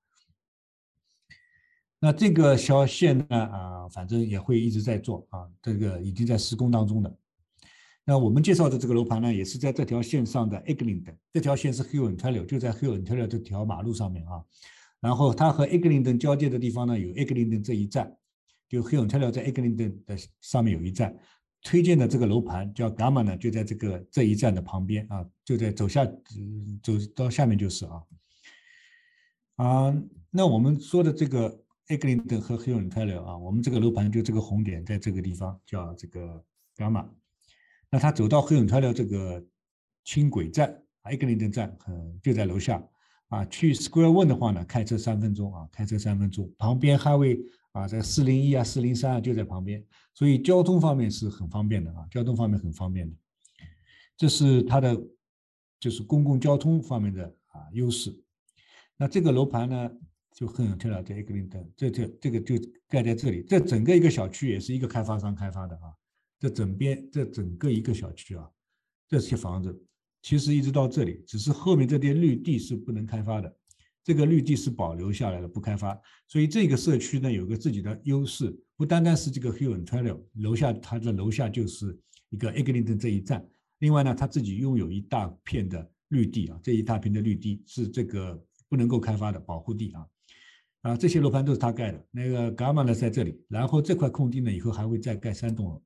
那这个小线呢啊，反正也会一直在做啊，这个已经在施工当中的。那我们介绍的这个楼盘呢，也是在这条线上的 Eglinton， 这条线是 Hill and Trail， 就在 Hill and Trail 这条马路上面啊。然后它和 Eglinton 交界的地方呢，有 Eglinton 这一站，就 Hill and Trail 在 Eglinton 的上面有一站。推荐的这个楼盘叫 Gamma 呢，就在这个这一站的旁边啊，就在走下走到下面就是啊啊。那我们说的这个 Eglinton 和 Hill and Trail 啊，我们这个楼盘就这个红点在这个地方叫这个 Gamma。那他走到 Hill and Trail 这个轻轨站 Eglinton 站，嗯，就在楼下啊。去 Square One 的话呢，开车三分钟啊，开车三分钟。旁边Highway啊，在四零一啊、四零三啊就在旁边，所以交通方面是很方便的啊，交通方面很方便的。这是它的就是公共交通方面的啊优势。那这个楼盘呢，就很漂亮，在 Eglinton， 这这这个就盖在这里，这整个一个小区也是一个开发商开发的啊。这整边这整个一个小区啊，这些房子其实一直到这里，只是后面这片绿地是不能开发的，这个绿地是保留下来的，不开发。所以这个社区呢有个自己的优势，不单单是这个 Hill and Trail 楼下，它的楼下就是一个 Eglinton 这一站，另外呢，它自己拥有一大片的绿地啊，这一大片的绿地是这个不能够开发的保护地啊。啊，这些楼盘都是他盖的，那个 Gamma 呢在这里，然后这块空地呢以后还会再盖三栋楼。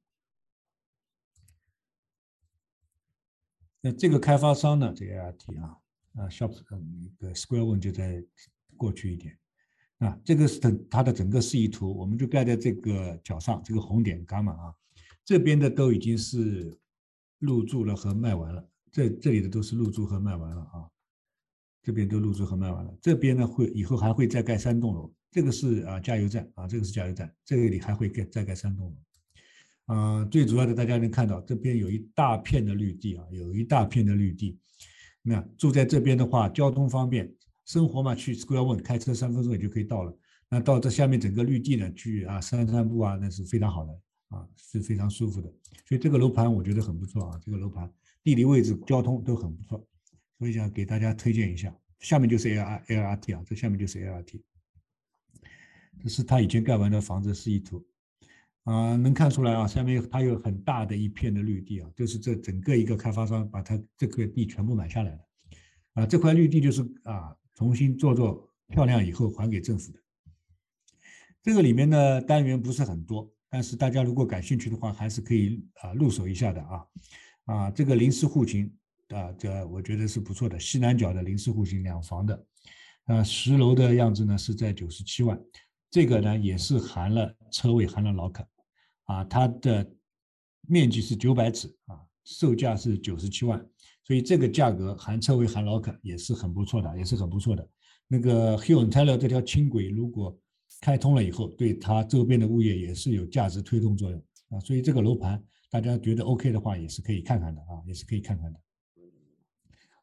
那这个开发商呢，这个 L R T 啊，啊 ，Shops 那个 Square One 就在过去一点，啊，这个是它的整个示意图，我们就盖在这个角上，这个红点 Gamma 啊，这边的都已经是入住了和卖完了，这这里的都是入住和卖完了啊，这边都入住和卖完了，这边呢会以后还会再盖三栋楼，这个是啊加油站啊，这个是加油站，这里还会盖再盖三栋楼。啊、呃，最主要的大家能看到这边有一大片的绿地啊，有一大片的绿地。那住在这边的话，交通方便，生活嘛，去 Square One 开车三分钟也就可以到了。那到这下面整个绿地呢，去啊散散步啊，那是非常好的啊，是非常舒服的。所以这个楼盘我觉得很不错啊，这个楼盘地理位置、交通都很不错，所以想给大家推荐一下。下面就是 L R T 啊，这下面就是 L R T， 这是他以前盖完的房子示意图。啊、呃，能看出来啊，下面它有很大的一片的绿地啊，就是这整个一个开发商把它这块地全部买下来了，啊，这块绿地就是啊重新做做漂亮以后还给政府的。这个里面的单元不是很多，但是大家如果感兴趣的话，还是可以啊入手一下的啊，啊，这个临时户型啊，这我觉得是不错的，西南角的临时户型两房的，啊，十楼的样子呢是在九十七万，这个呢也是含了车位，含了劳卡。啊，它的面积是九百尺啊，售价是九十七万，所以这个价格含车位含劳卡也是很不错的，也是很不错的。那个 Hill and Trail 这条轻轨如果开通了以后，对它周边的物业也是有价值推动作用啊，所以这个楼盘大家觉得 OK 的话，也是可以看看的啊，也是可以看看的。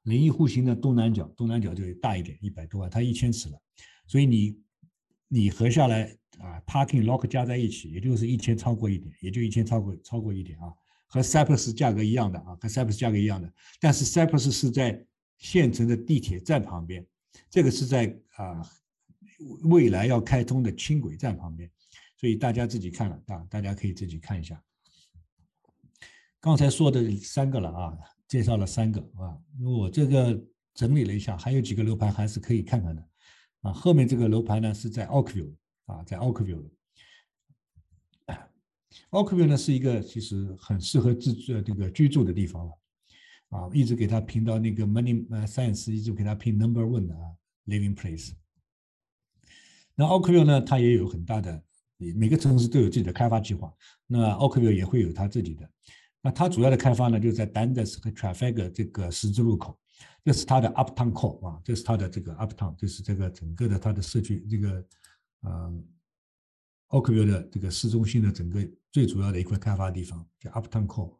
灵异户型的东南角，东南角就大一点，一百多万，它一千尺了，所以你你合下来啊 ，parking lock 加在一起，也就是一千超过一点，也就一千超过超过一点啊，和 Cypress 价格一样的啊，和 Cypress 价格一样的，但是 Cypress 是在县城的地铁站旁边，这个是在啊未来要开通的轻轨站旁边，所以大家自己看了啊，大家可以自己看一下。刚才说的三个了啊，介绍了三个啊，我这个整理了一下，还有几个楼盘还是可以看看的啊。后面这个楼盘呢是在 Oakville 啊，在 Oakville。Oakville 呢是一个其实很适合自住这个居住的地方了啊，一直给它评到那个 Money Science 一直给它评 Number One 的啊 Living Place。那 Oakville 呢，它也有很大的，每个城市都有自己的开发计划，那 Oakville 也会有它自己的。那它主要的开发呢，就在 Dundas 和 Trafalgar 这个十字路口，这是它的 Uptown Core 啊，这是它的这个 Uptown， 就是这个整个的它的社区这个呃 Oakville 的这个市中心的整个最主要的一块开发地方叫 Uptown Core。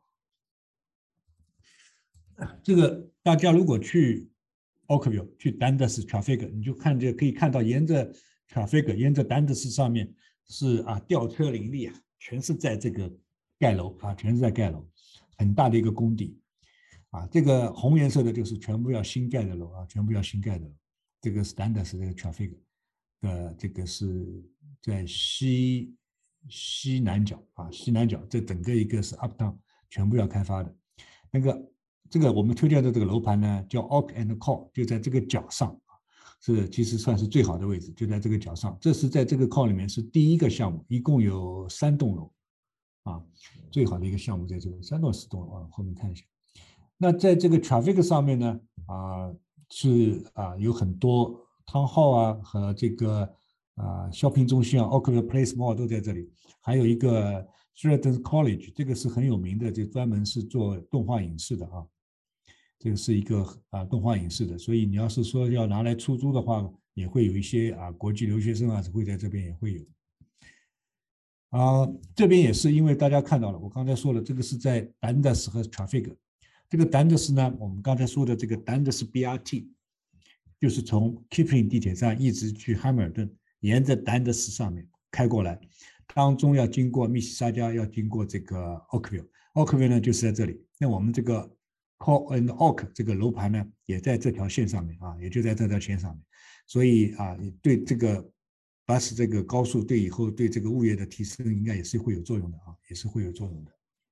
这个大家如果去 Oakville 去 Dundas Trafalgar， 你就看见可以看到沿着 Trafalgar 沿着 Dundas 上面是啊吊车林立啊，全是在这个盖楼啊，全是在盖楼。很大的一个工地，啊，这个红颜色的就是全部要新盖的楼啊，全部要新盖的楼。这个是 Dundas 这个 Trafalgar 的，这个是在西西南角啊，西南角这整个一个是 Uptown 全部要开发的。那个这个我们推荐的这个楼盘呢，叫 Oak and Core， 就在这个角上啊，是其实算是最好的位置，就在这个角上。这是在这个 Core 里面是第一个项目，一共有三栋楼。啊，最好的一个项目在这个三栋四栋啊，后面看一下。那在这个 Trafalgar 上面呢，啊是啊有很多汤号啊和这个啊 shopping 中心啊 ，Oakville Place Mall 都在这里，还有一个 Sheridan College， 这个是很有名的，就专门是做动画影视的啊，这个是一个啊动画影视的，所以你要是说要拿来出租的话，也会有一些啊国际留学生啊会在这边也会有。啊，这边也是因为大家看到了，我刚才说了，这个是在 Dundas 和 Trafalgar。这个 Dundas 呢，我们刚才说的这个 Dundas B R T， 就是从 Kipling 地铁站一直去汉密尔顿，沿着 Dundas 上面开过来，当中要经过密西沙加，要经过这个 Oakville。Oakville 呢就是在这里。那我们这个 Core and Oak 这个楼盘呢，也在这条线上面啊，也就在这条线上面。所以啊，对这个。巴士这个高速对以后对这个物业的提升应该也是会有作用的啊，也是会有作用的。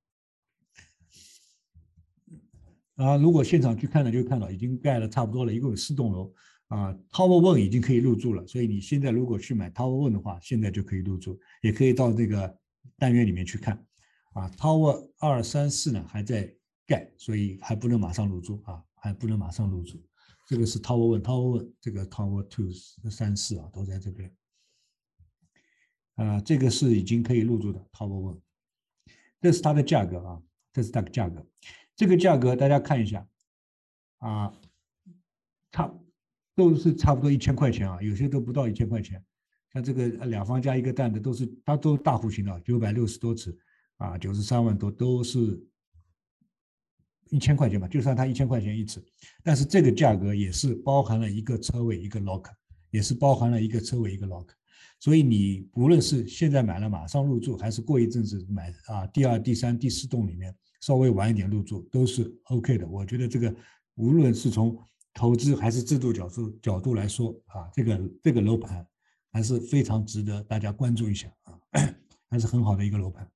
啊，如果现场去看呢，就看到已经盖了差不多了，一共有四栋楼啊。Tower One 已经可以入住了，所以你现在如果去买 Tower One 的话，现在就可以入住，也可以到这个单元里面去看。啊 ，Tower 二三四呢还在盖，所以还不能马上入住啊，还不能马上入住。这个是 Tower One，Tower One 这个 Tower Two 三四啊都在这边。啊，这个是已经可以入住的 Tower One， 这是它的价格啊，这是它的价格。这个价格大家看一下啊，差都是差不多一千块钱啊，有些都不到一千块钱。像这个两房加一个蛋的都是它都大户型的，九百六十多尺啊，九十三万多都是一千块钱吧，就算它一千块钱一尺，但是这个价格也是包含了一个车位一个 lock， 也是包含了一个车位一个 lock。所以你无论是现在买了马上入住，还是过一阵子买啊第二、第三、第四栋里面稍微晚一点入住，都是 OK 的。我觉得这个无论是从投资还是制度角度角度来说啊，这个这个楼盘还是非常值得大家关注一下啊，还是很好的一个楼盘。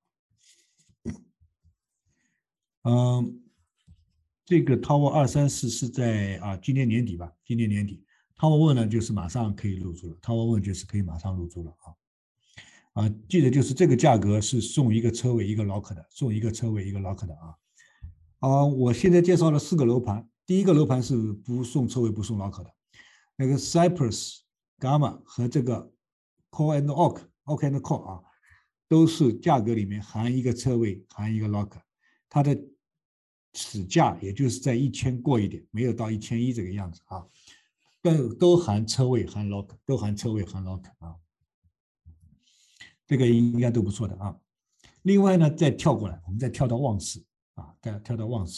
嗯，这个 Tower 二三四是在啊今年年底吧，今年年底。Tower One 呢，就是马上可以入住了。Tower One 就是可以马上入住了啊！啊，记得就是这个价格是送一个车位一个 lock 的，送一个车位一个 lock 的啊！啊，我现在介绍了四个楼盘，第一个楼盘是不送车位不送 lock 的，那个 Cypress、Gamma 和这个 Core and Oak、Oak and Core 啊，都是价格里面含一个车位含一个 lock， 它的尺价也就是在一千过一点，没有到一千一这个样子啊。都都含车位含 lock， 都含车位含 lock 啊，这个应该都不错的啊。另外呢，再跳过来，我们再跳到旺市啊，再跳到旺市。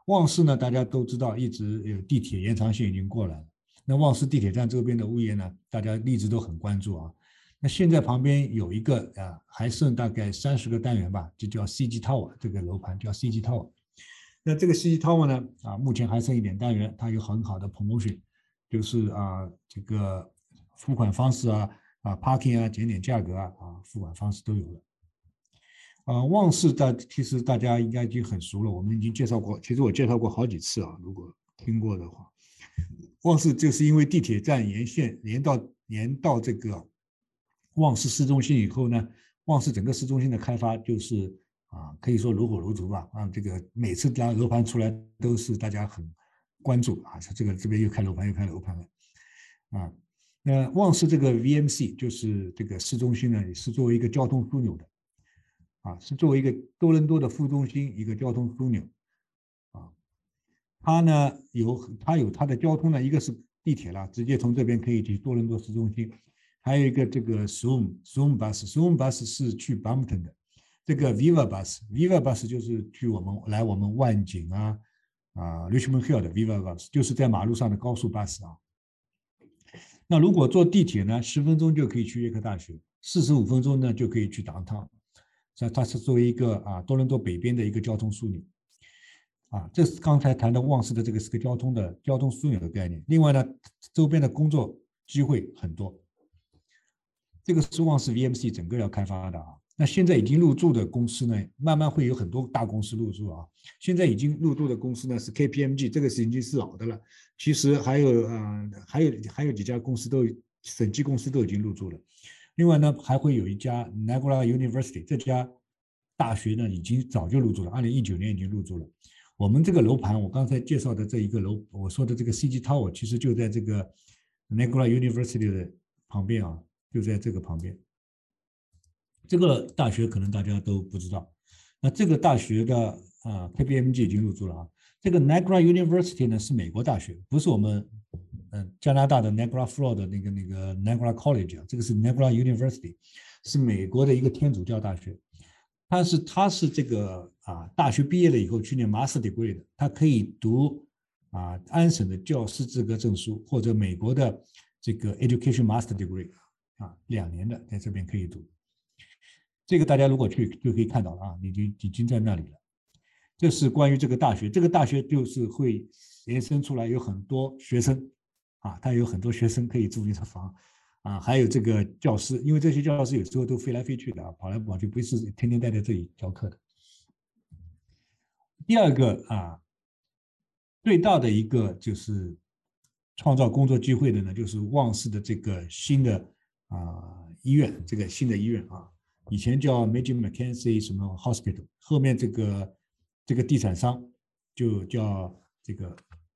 旺市呢，大家都知道，一直有地铁延长线已经过来了。那旺市地铁站周边的物业呢，大家一直都很关注啊。那现在旁边有一个啊，还剩大概三十个单元吧，就叫 C G Tower 这个楼盘叫 C G Tower。那这个 C G Tower 呢，啊，目前还剩一点单元，它有很好的 promotion， 就是啊，这个付款方式啊，啊 parking 啊，减点价格啊，啊，付款方式都有了。啊，旺市大其实大家应该已经很熟了，我们已经介绍过，其实我介绍过好几次啊，如果听过的话。旺市就是因为地铁站沿线连到连到这个旺市市中心以后呢，旺市整个市中心的开发就是啊，可以说如火如荼吧。啊，这个每次当楼盘出来都是大家很关注啊，这个这边又开楼盘又开楼盘了啊。那旺市这个 V M C 就是这个市中心呢，是作为一个交通枢纽的啊，是作为一个多伦多的副中心一个交通枢纽啊。它呢有它有它的交通呢，一个是地铁啦，直接从这边可以去多伦多市中心，还有一个这个 Zoom Zoom bus Zoom bus 是去 Brampton 的，这个 Viva bus Viva bus 就是去我们来我们万景啊啊 Richmond Hill 的 Viva bus， 就是在马路上的高速巴士啊。那如果坐地铁呢，十分钟就可以去约克大学，四十五分钟呢就可以去 downtown， 所以它是作为一个啊多伦多北边的一个交通枢纽。啊，这是刚才谈的旺市的这个是个交通的交通枢纽的概念。另外呢，周边的工作机会很多。这个是旺市 V M C 整个要开发的啊。那现在已经入驻的公司呢，慢慢会有很多大公司入驻啊。现在已经入驻的公司呢是 K P M G， 这个是已经是老的了。其实还有啊、呃，还有还有几家公司都审计公司都已经入驻了。另外呢，还会有一家 Niagara University， 这家大学呢已经早就入驻了，二零一九年已经入驻了。我们这个楼盘，我刚才介绍的这一个楼，我说的这个 C G Tower， 其实就在这个 Niagara University 的旁边啊，就在这个旁边。这个大学可能大家都不知道，那这个大学的啊 K P M G 已经入驻了啊。这个 Niagara University 呢是美国大学，不是我们嗯、呃、加拿大的 Niagara Falls 的那个那个 Niagara College 啊，这个是 Niagara University， 是美国的一个天主教大学。但是他是这个啊，大学毕业了以后去念 Master Degree 的，他可以读啊安省的教师资格证书或者美国的这个 Education Master Degree 啊，两年的在这边可以读。这个大家如果去就可以看到了啊，已经已经在那里了。这是关于这个大学，这个大学就是会延伸出来有很多学生啊，他有很多学生可以住进这房。啊，还有这个教师，因为这些教师有时候都飞来飞去的啊，跑来跑去，不是天天待在这里教课的。第二个啊，最大的一个就是创造工作机会的呢，就是旺市的这个新的啊医院，这个新的医院啊，以前叫 Major Mackenzie 什么 Hospital， 后面这个这个地产商就叫这个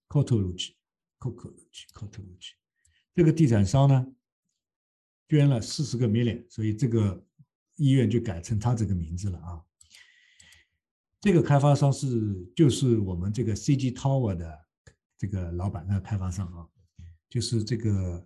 Cotelouche，Cotelouche，Cotelouche， 这个地产商呢捐了四十个 million， 所以这个医院就改成他这个名字了啊。这个开发商是就是我们这个 C G Tower 的这个老板，那个开发商啊，就是这个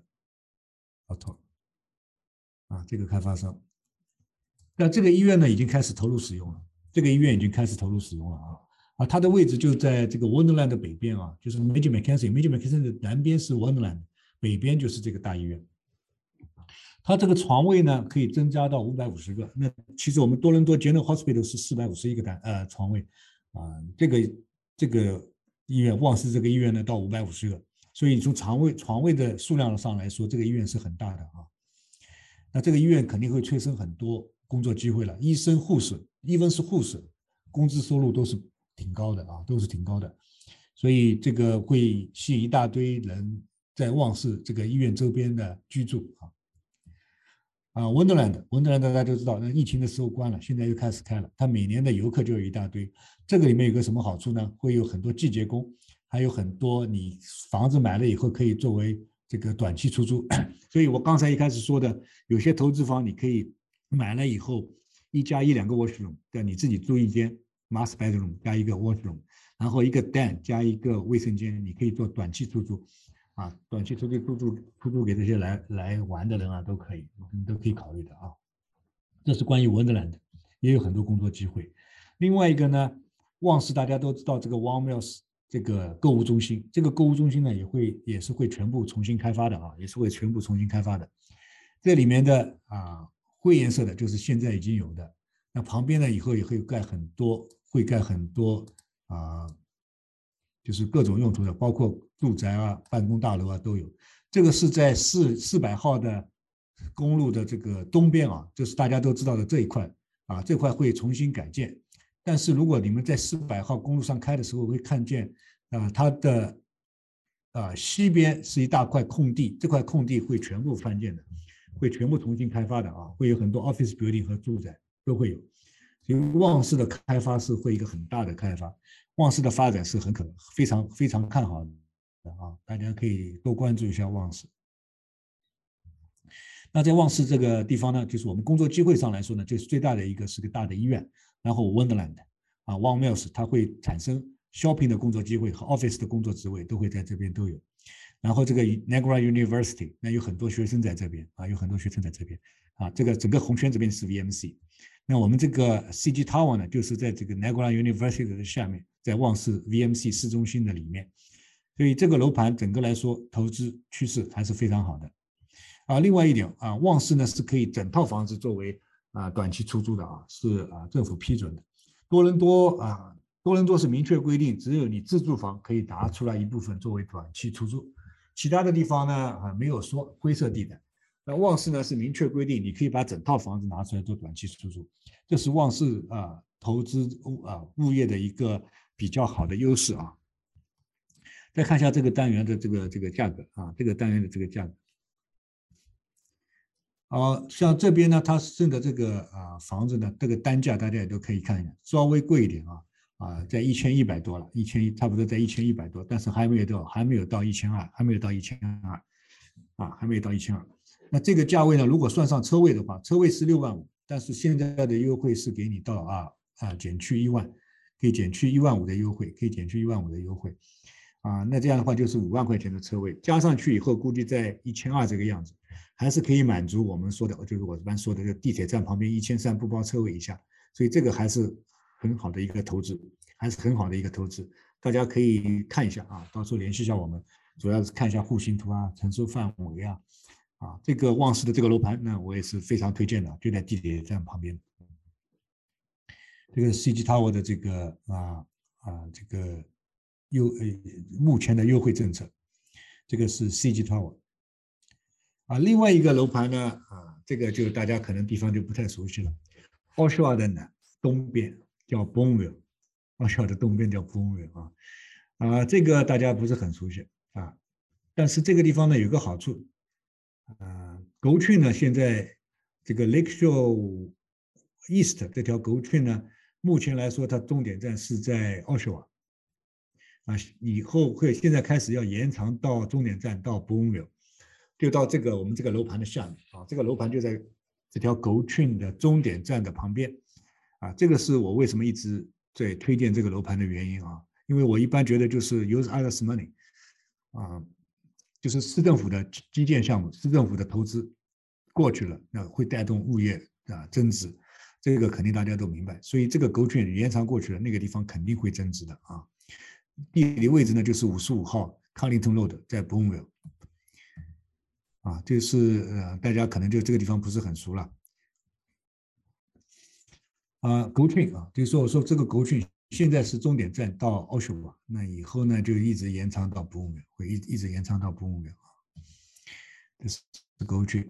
啊，这个开发商。那这个医院呢已经开始投入使用了，这个医院已经开始投入使用了啊。啊，它的位置就在这个 Wonderland 的北边啊，就是 Major Mackenzie，Major Mackenzie 的南边是 Wonderland， 北边就是这个大医院。它这个床位呢可以增加到五百五十个，那其实我们多伦多 General Hospital 是四百五十一个单呃床位啊，这个这个医院旺市这个医院呢到五百五十个，所以从床位床位的数量上来说，这个医院是很大的啊。那这个医院肯定会催生很多工作机会了，医生、护士，一分是护士，工资收入都是挺高的啊，都是挺高的，所以这个会吸引一大堆人在旺市这个医院周边的居住啊。啊 ，Wonderland，Wonderland 大家都知道，那疫情的时候关了，现在又开始开了。它每年的游客就有一大堆。这个里面有个什么好处呢？会有很多季节工，还有很多你房子买了以后可以作为这个短期出租。所以我刚才一开始说的，有些投资房你可以买了以后一加一两个 washroom， 对，你自己租一间 master bedroom 加一个 washroom， 然后一个 den 加一个卫生间，你可以做短期出租。啊，短期出租出租出租给这些来来玩的人啊，都可以，你都可以考虑的啊。这是关于 Wonderland， 也有很多工作机会。另外一个呢，旺市大家都知道这个 Vaughan Mills 这个购物中心，这个购物中心呢也会也是会全部重新开发的啊，也是会全部重新开发的。这里面的啊灰颜色的就是现在已经有的，那旁边呢以后也会盖很多，会盖很多啊，就是各种用途的，包括住宅啊、办公大楼啊都有。这个是在四四百号的公路的这个东边啊，就是大家都知道的这一块啊，这块会重新改建。但是如果你们在四百号公路上开的时候，会看见啊，它的啊西边是一大块空地，这块空地会全部翻建的，会全部重新开发的啊，会有很多 office building 和住宅都会有。所以旺市的开发是会一个很大的开发，旺市的发展是很可非常非常看好的啊，大家可以多关注一下旺市。那在旺市这个地方呢，就是我们工作机会上来说呢，就是最大的一个是个大的医院。然后 Wonderland 啊 ，One Mills 它会产生 shopping 的工作机会和 office 的工作职位都会在这边都有。然后这个 Niagara University 那有很多学生在这边啊，有很多学生在这边啊。这个整个红圈这边是 V M C， 那我们这个 C G Tower 呢，就是在这个 Niagara University 的下面，在旺市 V M C 市中心的里面。所以这个楼盘整个来说投资趋势还是非常好的啊。另外一点啊，旺市呢是可以整套房子作为啊，短期出租的啊，是啊政府批准的。多伦多啊，多伦多是明确规定，只有你自住房可以拿出来一部分作为短期出租，其他的地方呢啊没有说灰色地带。那旺市呢是明确规定，你可以把整套房子拿出来做短期出租，这是旺市啊投资物啊物业的一个比较好的优势啊。再看一下这个单元的这个这个价格啊，这个单元的这个价格。啊，像这边呢，它剩的这个啊房子呢，这个单价大家也都可以看一看，稍微贵一点啊啊，在一千一百多了，一千差不多在一千一百多，但是还没有到，还没有到一千二，还没有到一千二，啊，还没有到一千二。那这个价位呢，如果算上车位的话，车位是六万五，但是现在的优惠是给你到啊啊减去一万，可以减去一万五的优惠，可以减去一万五的优惠，啊，那这样的话就是五万块钱的车位，加上去以后估计在一千二这个样子。还是可以满足我们说的，就是我一般说的，就地铁站旁边一千三不包车位以下，所以这个还是很好的一个投资，还是很好的一个投资，大家可以看一下啊，到时候联系一下我们，主要是看一下户型图啊、承受范围啊，啊，这个旺市的这个楼盘，那我也是非常推荐的，就在地铁站旁边。这个 C G Tower 的这个啊啊这个优呃目前的优惠政策，这个是 C G Tower。啊，另外一个楼盘呢，啊，这个就大家可能地方就不太熟悉了。奥肖尔的呢东边叫 Bonville， 奥肖尔的东边叫 Bonville 啊，啊，这个大家不是很熟悉啊，但是这个地方呢有个好处，啊 ，Go Train 呢现在这个 Lakeshore East 这条 Go Train 呢，目前来说它终点站是在奥肖尔，啊，以后会现在开始要延长到终点站到 Bonville。就到这个我们这个楼盘的下面啊，这个楼盘就在这条 Go Train 的终点站的旁边啊，这个是我为什么一直在推荐这个楼盘的原因啊，因为我一般觉得就是 use others money 啊，就是市政府的基建项目，市政府的投资过去了，那会带动物业啊增值，这个肯定大家都明白，所以这个 Go Train 延长过去了，那个地方肯定会增值的啊。地理位置呢就是五十五号 Carlington Road 在 Bonville。啊，就是呃，大家可能就这个地方不是很熟了。啊 ，Go Train 啊，就是说我说这个 Go Train 现在是终点站到奥修瓦，那以后呢就一直延长到布姆庙，会一一直延长到布姆庙啊。这是 Go Train。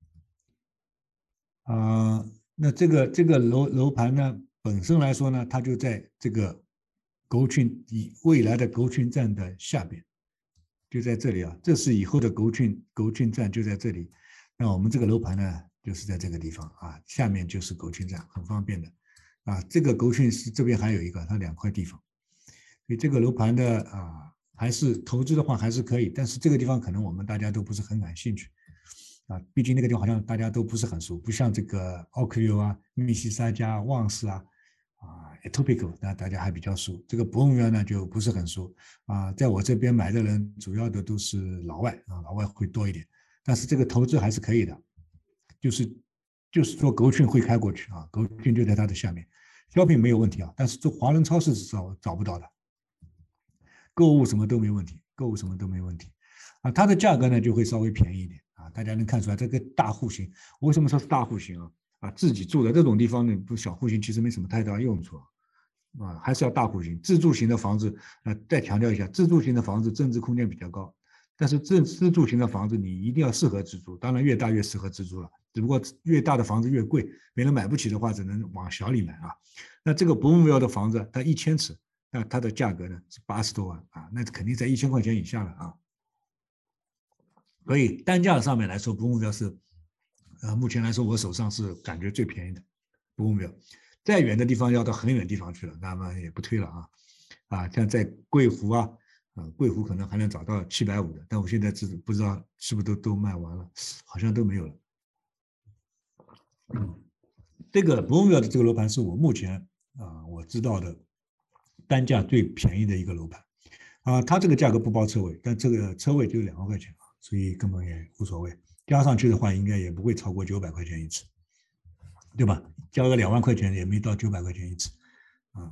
啊，那这个这个楼楼盘呢本身来说呢，它就在这个 Go Train 以未来的 Go Train 站的下边。就在这里啊，这是以后的 Go Train Go Train 站就在这里。那我们这个楼盘呢，就是在这个地方啊，下面就是 Go Train 站，很方便的啊。这个 Go Train是这边还有一个，它两块地方，所以这个楼盘的啊，还是投资的话还是可以，但是这个地方可能我们大家都不是很感兴趣啊，毕竟那个地方好像大家都不是很熟，不像这个 Oakville 啊、密西沙加、旺市啊。啊 ，Etobicoke 那大家还比较熟，这个 Bonville 呢就不是很熟啊。在我这边买的人主要的都是老外啊，老外会多一点，但是这个投资还是可以的，就是就是说 Go Train 会开过去啊 ，Go Train 就在它的下面 ，shopping 没有问题啊，但是做华人超市是找找不到的。 购物什么都没问题，购物什么都没问题啊。它的价格呢就会稍微便宜一点啊，大家能看出来这个大户型，我为什么说是大户型啊？啊，自己住的这种地方呢，不小户型其实没什么太大用处啊，还是要大户型。自住型的房子，呃，再强调一下，自住型的房子增值空间比较高，但是自自住型的房子你一定要适合自住，当然越大越适合自住了，只不过越大的房子越贵，别人买不起的话，只能往小里买啊。那这个不目标的房子，它一千尺，那它的价格呢是八十多万啊，那肯定在一千块钱以下了啊。所以单价上面来说，不目标是。呃，目前来说，我手上是感觉最便宜的，不目标。再远的地方要到很远地方去了，那么也不推了啊。啊，像在桂湖啊，啊，桂湖可能还能找到七百五的，但我现在知不知道是不是都都卖完了，好像都没有了。嗯，这个不目标的这个楼盘是我目前啊我知道的单价最便宜的一个楼盘啊，它这个价格不包车位，但这个车位就两万块钱啊，所以根本也无所谓。加上去的话，应该也不会超过九百块钱一次，对吧？交个两万块钱也没到九百块钱一次，啊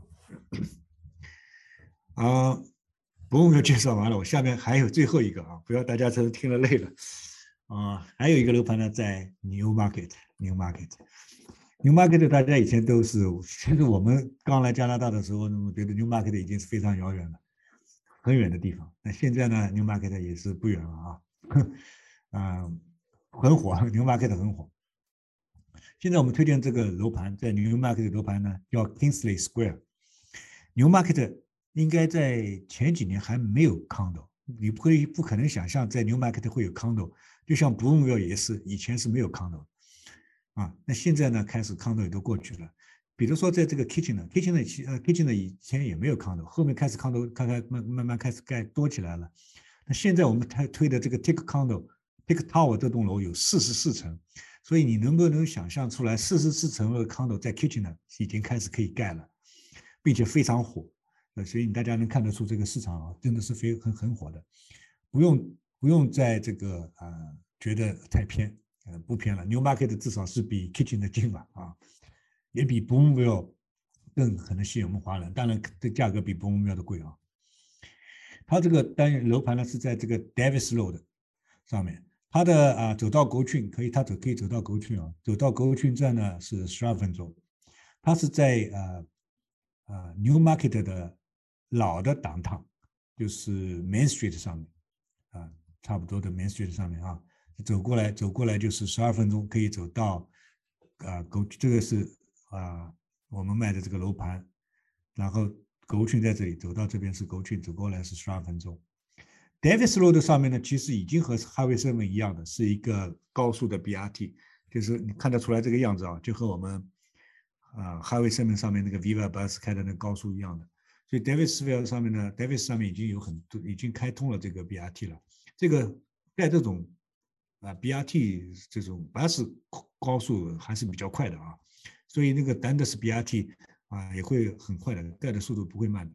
啊！不用介绍完了，我下面还有最后一个啊，不要大家真的听了累了啊。还有一个楼盘呢，在 New Market，New Market，New Market 大家以前都是，其实我们刚来加拿大的时候，我觉得 New Market 已经是非常遥远了，很远的地方。那现在呢 ，New Market 也是不远了啊，嗯。很火 ，New Market 很火。现在我们推荐这个楼盘，在 New Market 的楼盘呢，叫 Kingsley Square。New Market 应该在前几年还没有 condo， 你不会不可能想象在 New Market 会有 condo， 就像 Broomville 也是，以前是没有 condo 啊。那现在呢，开始 condo 也都过去了。比如说在这个 Kitchener，Kitchener 呃 Kitchener 以前也没有 condo， 后面开始 condo 看看慢慢慢开始盖多起来了。那现在我们推推的这个 Tick Condo。Tick Tower 这栋楼有四十四层，所以你能不能想象出来，四十四层的 condo 在 Kitchener 已经开始可以盖了，并且非常火，呃，所以大家能看得出这个市场啊，真的是非很很火的，不用不用在这个啊、呃、觉得太偏，呃不偏了 ，New Market 至少是比 Kitchener 近吧啊，也比 Broomville 更可能吸引我们华人，当然这价格比 Broomville 的贵啊。它这个单元楼盘呢是在这个 Davis Road 上面。它的啊走到狗群可以，它走可以走到狗群啊，走到狗群站呢是十二分钟。它是在呃呃 New Market 的老的 downtown， 就是 Main Street 上面啊，差不多的 Main Street 上面啊，走过来走过来就是十二分钟可以走到啊狗，这个是啊我们卖的这个楼盘，然后狗群在这里，走到这边是狗群，走过来是十二分钟。Davis Road 上面呢，其实已经和 Highway 七一样的，是一个高速的 B R T， 就是你看得出来这个样子啊，就和我们啊、呃、Highway 七上面那个 Viva Bus 开的那个高速一样的。所以 Davisville 上面呢 ，Davis 上面已经有很多已经开通了这个 B R T 了。这个在这种啊 B R T 这种 bus 高速还是比较快的啊，所以那个 Dundas B R T 啊也会很快的，盖的速度不会慢的。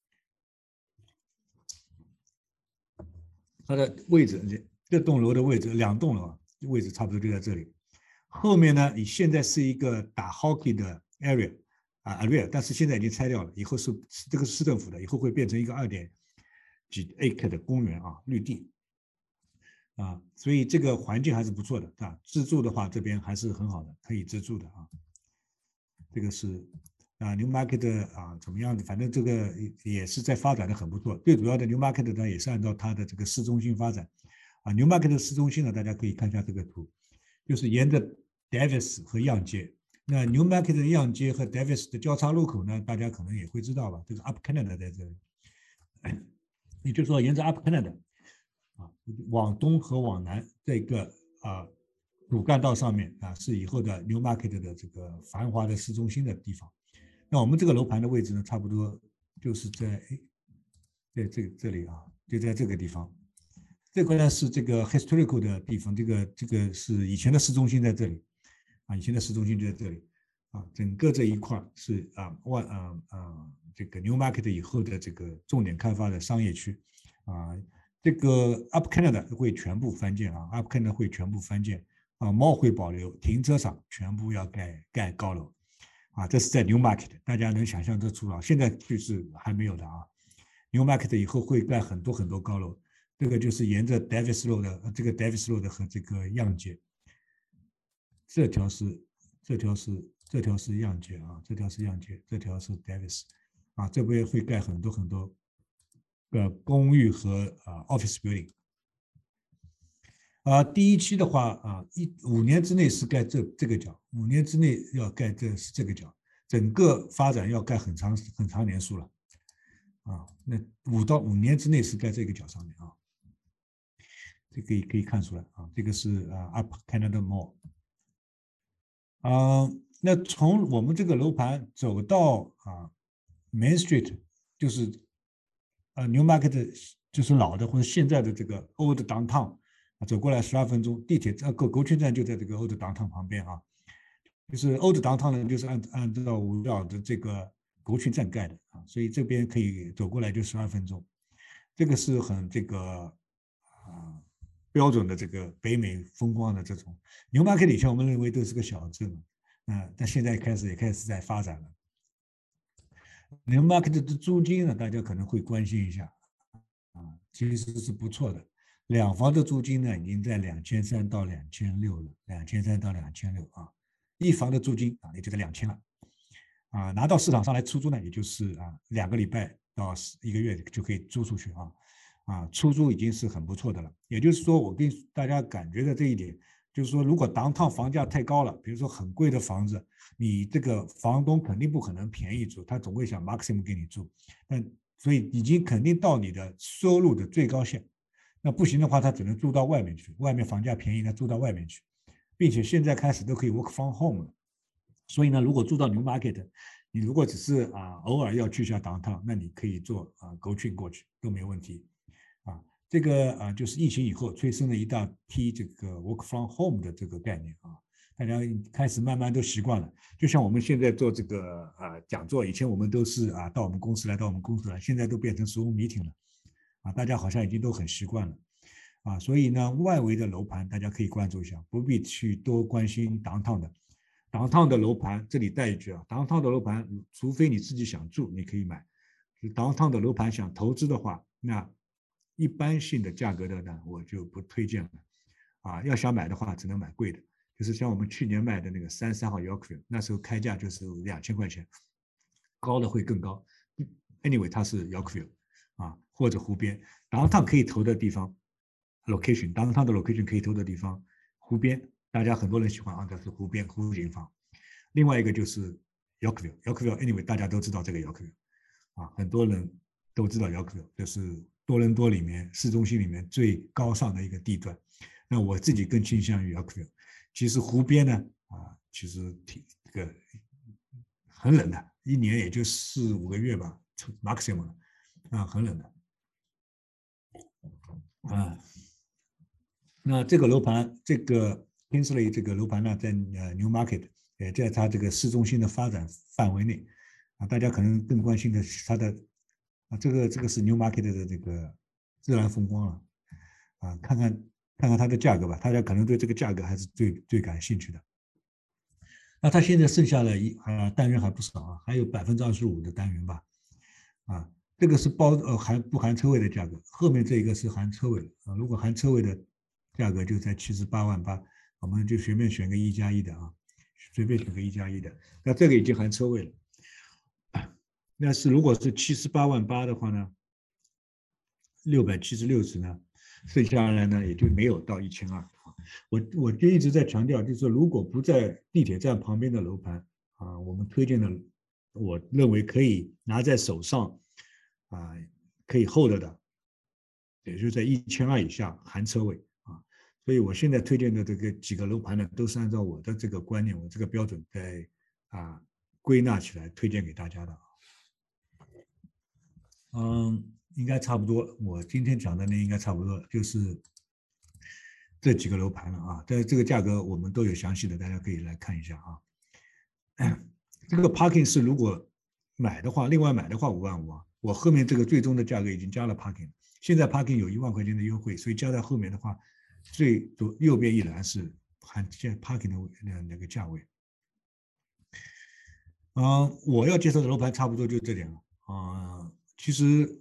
它的位置，这栋楼的位置，两栋楼位置差不多就在这里。后面呢，你现在是一个打 hockey 的 area 啊 area， 但是现在已经拆掉了，以后是这个是市政府的，以后会变成一个二点几 acre 的公园啊，绿地啊，所以这个环境还是不错的啊。自住的话，这边还是很好的，可以自住的啊。这个是。啊 ，New Market 啊，怎么样的？反正这个也是在发展的很不错。最主要的 New Market 呢，也是按照它的这个市中心发展。啊 ，New Market 的市中心呢，大家可以看一下这个图，就是沿着 Davis 和样街。那 New Market 的样街和 Davis 的交叉路口呢，大家可能也会知道吧？这个 Up Canada 在这里，也就是说，沿着 Up Canada 啊，往东和往南这个啊主干道上面啊，是以后的 New Market 的这个繁华的市中心的地方。那我们这个楼盘的位置呢，差不多就是在在这这里啊，就在这个地方。这个呢是这个 historical 的地方，这个这个是以前的市中心在这里啊，以前的市中心就在这里啊，整个这一块是啊万啊啊这个 New Market 以后的这个重点开发的商业区啊，这个 Up Canada 会全部翻建啊 ，Up Canada 会全部翻建啊 ，mall 会保留，停车场全部要盖盖高楼。啊，这是在 New Market， 大家能想象得出来。现在就是还没有的啊。 Newmarket 以后会盖很多很多高楼，这个就是沿着 Davis Road 的这个 Davis Road 和这个样街，这条是这条是这条是样街啊，这条是样街，这条是 Davis 啊，这边会盖很多很多呃公寓和啊 office building。啊，第一期的话啊，一五年之内是盖这这个角，五年之内要盖这是这个角，整个发展要盖很长很长年数了，啊，那五到五年之内是盖这个角上面啊，这可以可以看出来啊，这个是啊 Up Canada Mall， 啊，那从我们这个楼盘走到啊 Main Street， 就是呃 Newmarket 就是老的或者现在的这个 Old Downtown。走过来十二分钟，地铁呃狗狗圈站就在这个 Old Downtown 旁边啊，就是 Old Downtown 呢，就是按按照围绕的这个狗圈站盖的啊，所以这边可以走过来就十二分钟，这个是很这个啊标准的这个北美风光的这种。Newmarket 以前我们认为都是个小镇，啊，但现在开始也开始在发展了。Newmarket 的租金呢，大家可能会关心一下啊，其实是不错的。两房的租金呢，已经在两千三到两千六了，两千三到两千六啊。一房的租金啊，也就在两千了，啊，拿到市场上来出租呢，也就是啊两个礼拜到一个月就可以租出去啊，啊，出租已经是很不错的了。也就是说，我跟大家感觉的这一点，就是说，如果downtown房价太高了，比如说很贵的房子，你这个房东肯定不可能便宜租，他总会想 maximum 给你租，但所以已经肯定到你的收入的最高线。那不行的话，他只能租到外面去，外面房价便宜，他租到外面去，并且现在开始都可以 work from home 了。所以呢，如果住到 Newmarket， 你如果只是啊偶尔要去一下 downtown， 那你可以坐啊 GO train 过去都没问题。啊，这个啊就是疫情以后催生了一大批这个 work from home 的这个概念啊，大家开始慢慢都习惯了。就像我们现在做这个啊讲座，以前我们都是啊到我们公司来，到我们公司来，现在都变成 Zoom meeting 了。啊，大家好像已经都很习惯了，啊，所以呢，外围的楼盘大家可以关注一下，不必去多关心downtown的。downtown的楼盘，这里带一句啊 ，downtown的楼盘，除非你自己想住，你可以买。downtown的楼盘想投资的话，那一般性的价格的呢，我就不推荐了。啊，要想买的话，只能买贵的，就是像我们去年卖的那个三十三号 Yorkville， 那时候开价就是两千块钱，高的会更高。Anyway， 它是 Yorkville。啊，或者湖边，downtown可以投的地方 ，location，downtown 的 location 可以投的地方，湖边，大家很多人喜欢啊，这是湖边湖景房。另外一个就是 Yorkville，Yorkville，anyway 大家都知道这个 Yorkville， 啊，很多人都知道 Yorkville， 这是多伦多里面市中心里面最高尚的一个地段。那我自己更倾向于 Yorkville。其实湖边呢，啊，其实挺这个很冷的，一年也就四五个月吧 ，maximum。啊，很冷的，啊，那这个楼盘，这个 Kingsley 这个楼盘呢，在呃 Newmarket， 也在它这个市中心的发展范围内，啊，大家可能更关心的是它的，啊，这个这个是 Newmarket 的这个自然风光了，啊，看看看看它的价格吧，大家可能对这个价格还是最最感兴趣的。那它现在剩下了一啊单元还不少啊，还有百分之二十五的单元吧，啊。这个是包呃含不含车位的价格，后面这一个是含车位的啊。如果含车位的价格就在七十八万八，我们就随便选个一加一的啊，随便选个一加一的。那这个已经含车位了。那是如果是七十八万八的话呢，六百七十六尺呢，剩下来呢也就没有到一千二。我我就一直在强调，就是说如果不在地铁站旁边的楼盘啊，我们推荐的，我认为可以拿在手上。啊，可以 hold 的，也就在一千二以下含车位啊，所以我现在推荐的这个几个楼盘呢，都是按照我的这个观念，我这个标准在啊归纳起来推荐给大家的。嗯，应该差不多，我今天讲的呢应该差不多就是这几个楼盘了啊，在这个价格我们都有详细的，大家可以来看一下啊。这个 parking 是如果买的话，另外买的话五万五啊。我后面这个最终的价格已经加了 parking， 现在 parking 有一万块钱的优惠，所以加在后面的话，最左右边一栏是含 parking 的那个价位。嗯、呃，我要介绍的楼盘差不多就这点了啊、呃。其实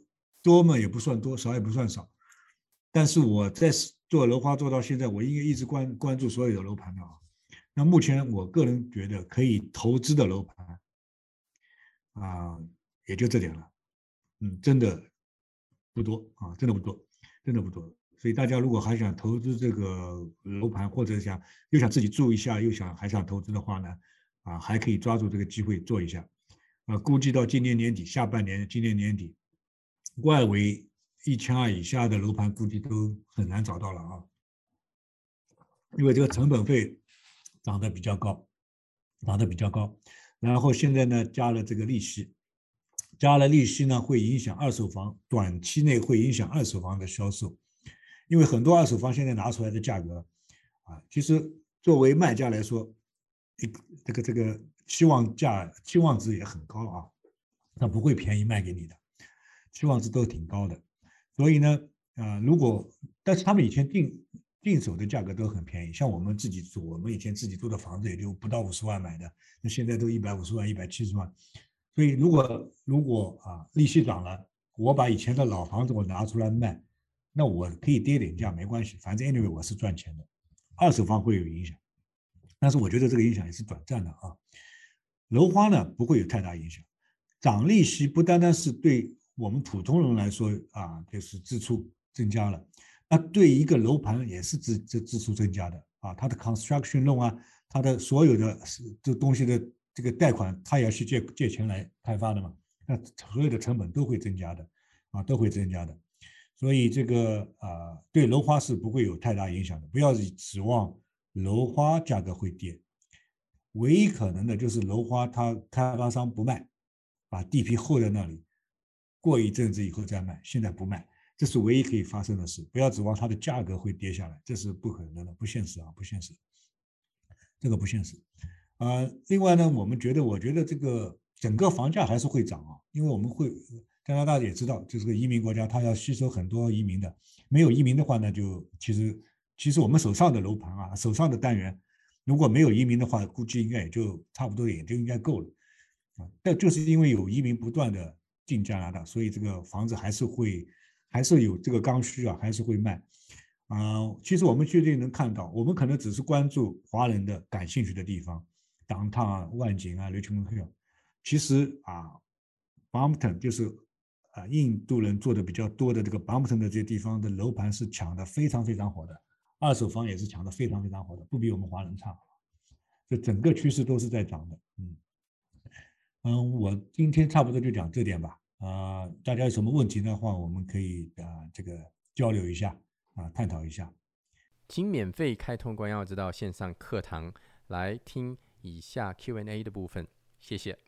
多嘛也不算多，少也不算少。但是我在做楼花做到现在，我应该一直关关注所有的楼盘的啊。那目前我个人觉得可以投资的楼盘啊，也就这点了，嗯，真的不多啊，真的不多，真的不多。所以大家如果还想投资这个楼盘，或者想又想自己住一下，又想还想投资的话呢，啊，还可以抓住这个机会做一下。啊，估计到今年年底，下半年，今年年底，外围一千二以下的楼盘估计都很难找到了啊，因为这个成本费涨得比较高，涨得比较高。然后现在呢，加了这个利息，加了利息呢，会影响二手房，短期内会影响二手房的销售，因为很多二手房现在拿出来的价格啊，其实作为卖家来说，这个这个期望价期望值也很高啊，它不会便宜卖给你的，期望值都挺高的。所以呢，啊、呃，如果但是他们以前定定手的价格都很便宜，像我们自己住，我们以前自己住的房子也就不到五十万买的，那现在都一百五十万、一百七十万。所以如果如果啊利息涨了，我把以前的老房子我拿出来卖，那我可以跌点价没关系，反正 anyway 我是赚钱的。二手房会有影响。但是我觉得这个影响也是短暂的啊，楼花呢不会有太大影响，涨利息不单单是对我们普通人来说啊，就是支出增加了，那对一个楼盘也是支支支出增加的啊，它的 construction loan 啊，它的所有的这东西的这个贷款，它也要去借借钱来开发的嘛，那所有的成本都会增加的啊，都会增加的，所以这个啊对楼花是不会有太大影响的，不要指望楼花价格会跌，唯一可能的就是楼花它开发商不卖，把地皮厚在那里，过一阵子以后再卖，现在不卖，这是唯一可以发生的事。不要指望它的价格会跌下来，这是不可能的，不现实啊，不现实，这个不现实。呃，另外呢，我们觉得，我觉得这个整个房价还是会涨啊，因为我们会加拿大也知道，这是个移民国家，它要吸收很多移民的，没有移民的话呢，就其实。其实我们手上的楼盘啊，手上的单元，如果没有移民的话，估计应该也就差不多，也就应该够了啊。但就是因为有移民不断的进加拿大，所以这个房子还是会，还是有这个刚需啊，还是会卖啊、呃。其实我们确定能看到，我们可能只是关注华人的感兴趣的地方 ，downtown 啊、万景啊、Richmond Hill。其实啊 ，Brampton 就是啊印度人做的比较多的这个 Brampton 的这些地方的楼盘是抢的非常非常火的。二手房也是抢得非常非常火的，不比我们华人差，这整个趋势都是在涨的。嗯嗯，我今天差不多就讲这点吧。啊、呃，大家有什么问题的话，我们可以啊、呃、这个交流一下啊、呃，探讨一下。 请免费开通关耀之道线上课堂来听以下 Q and A 的部分，谢谢。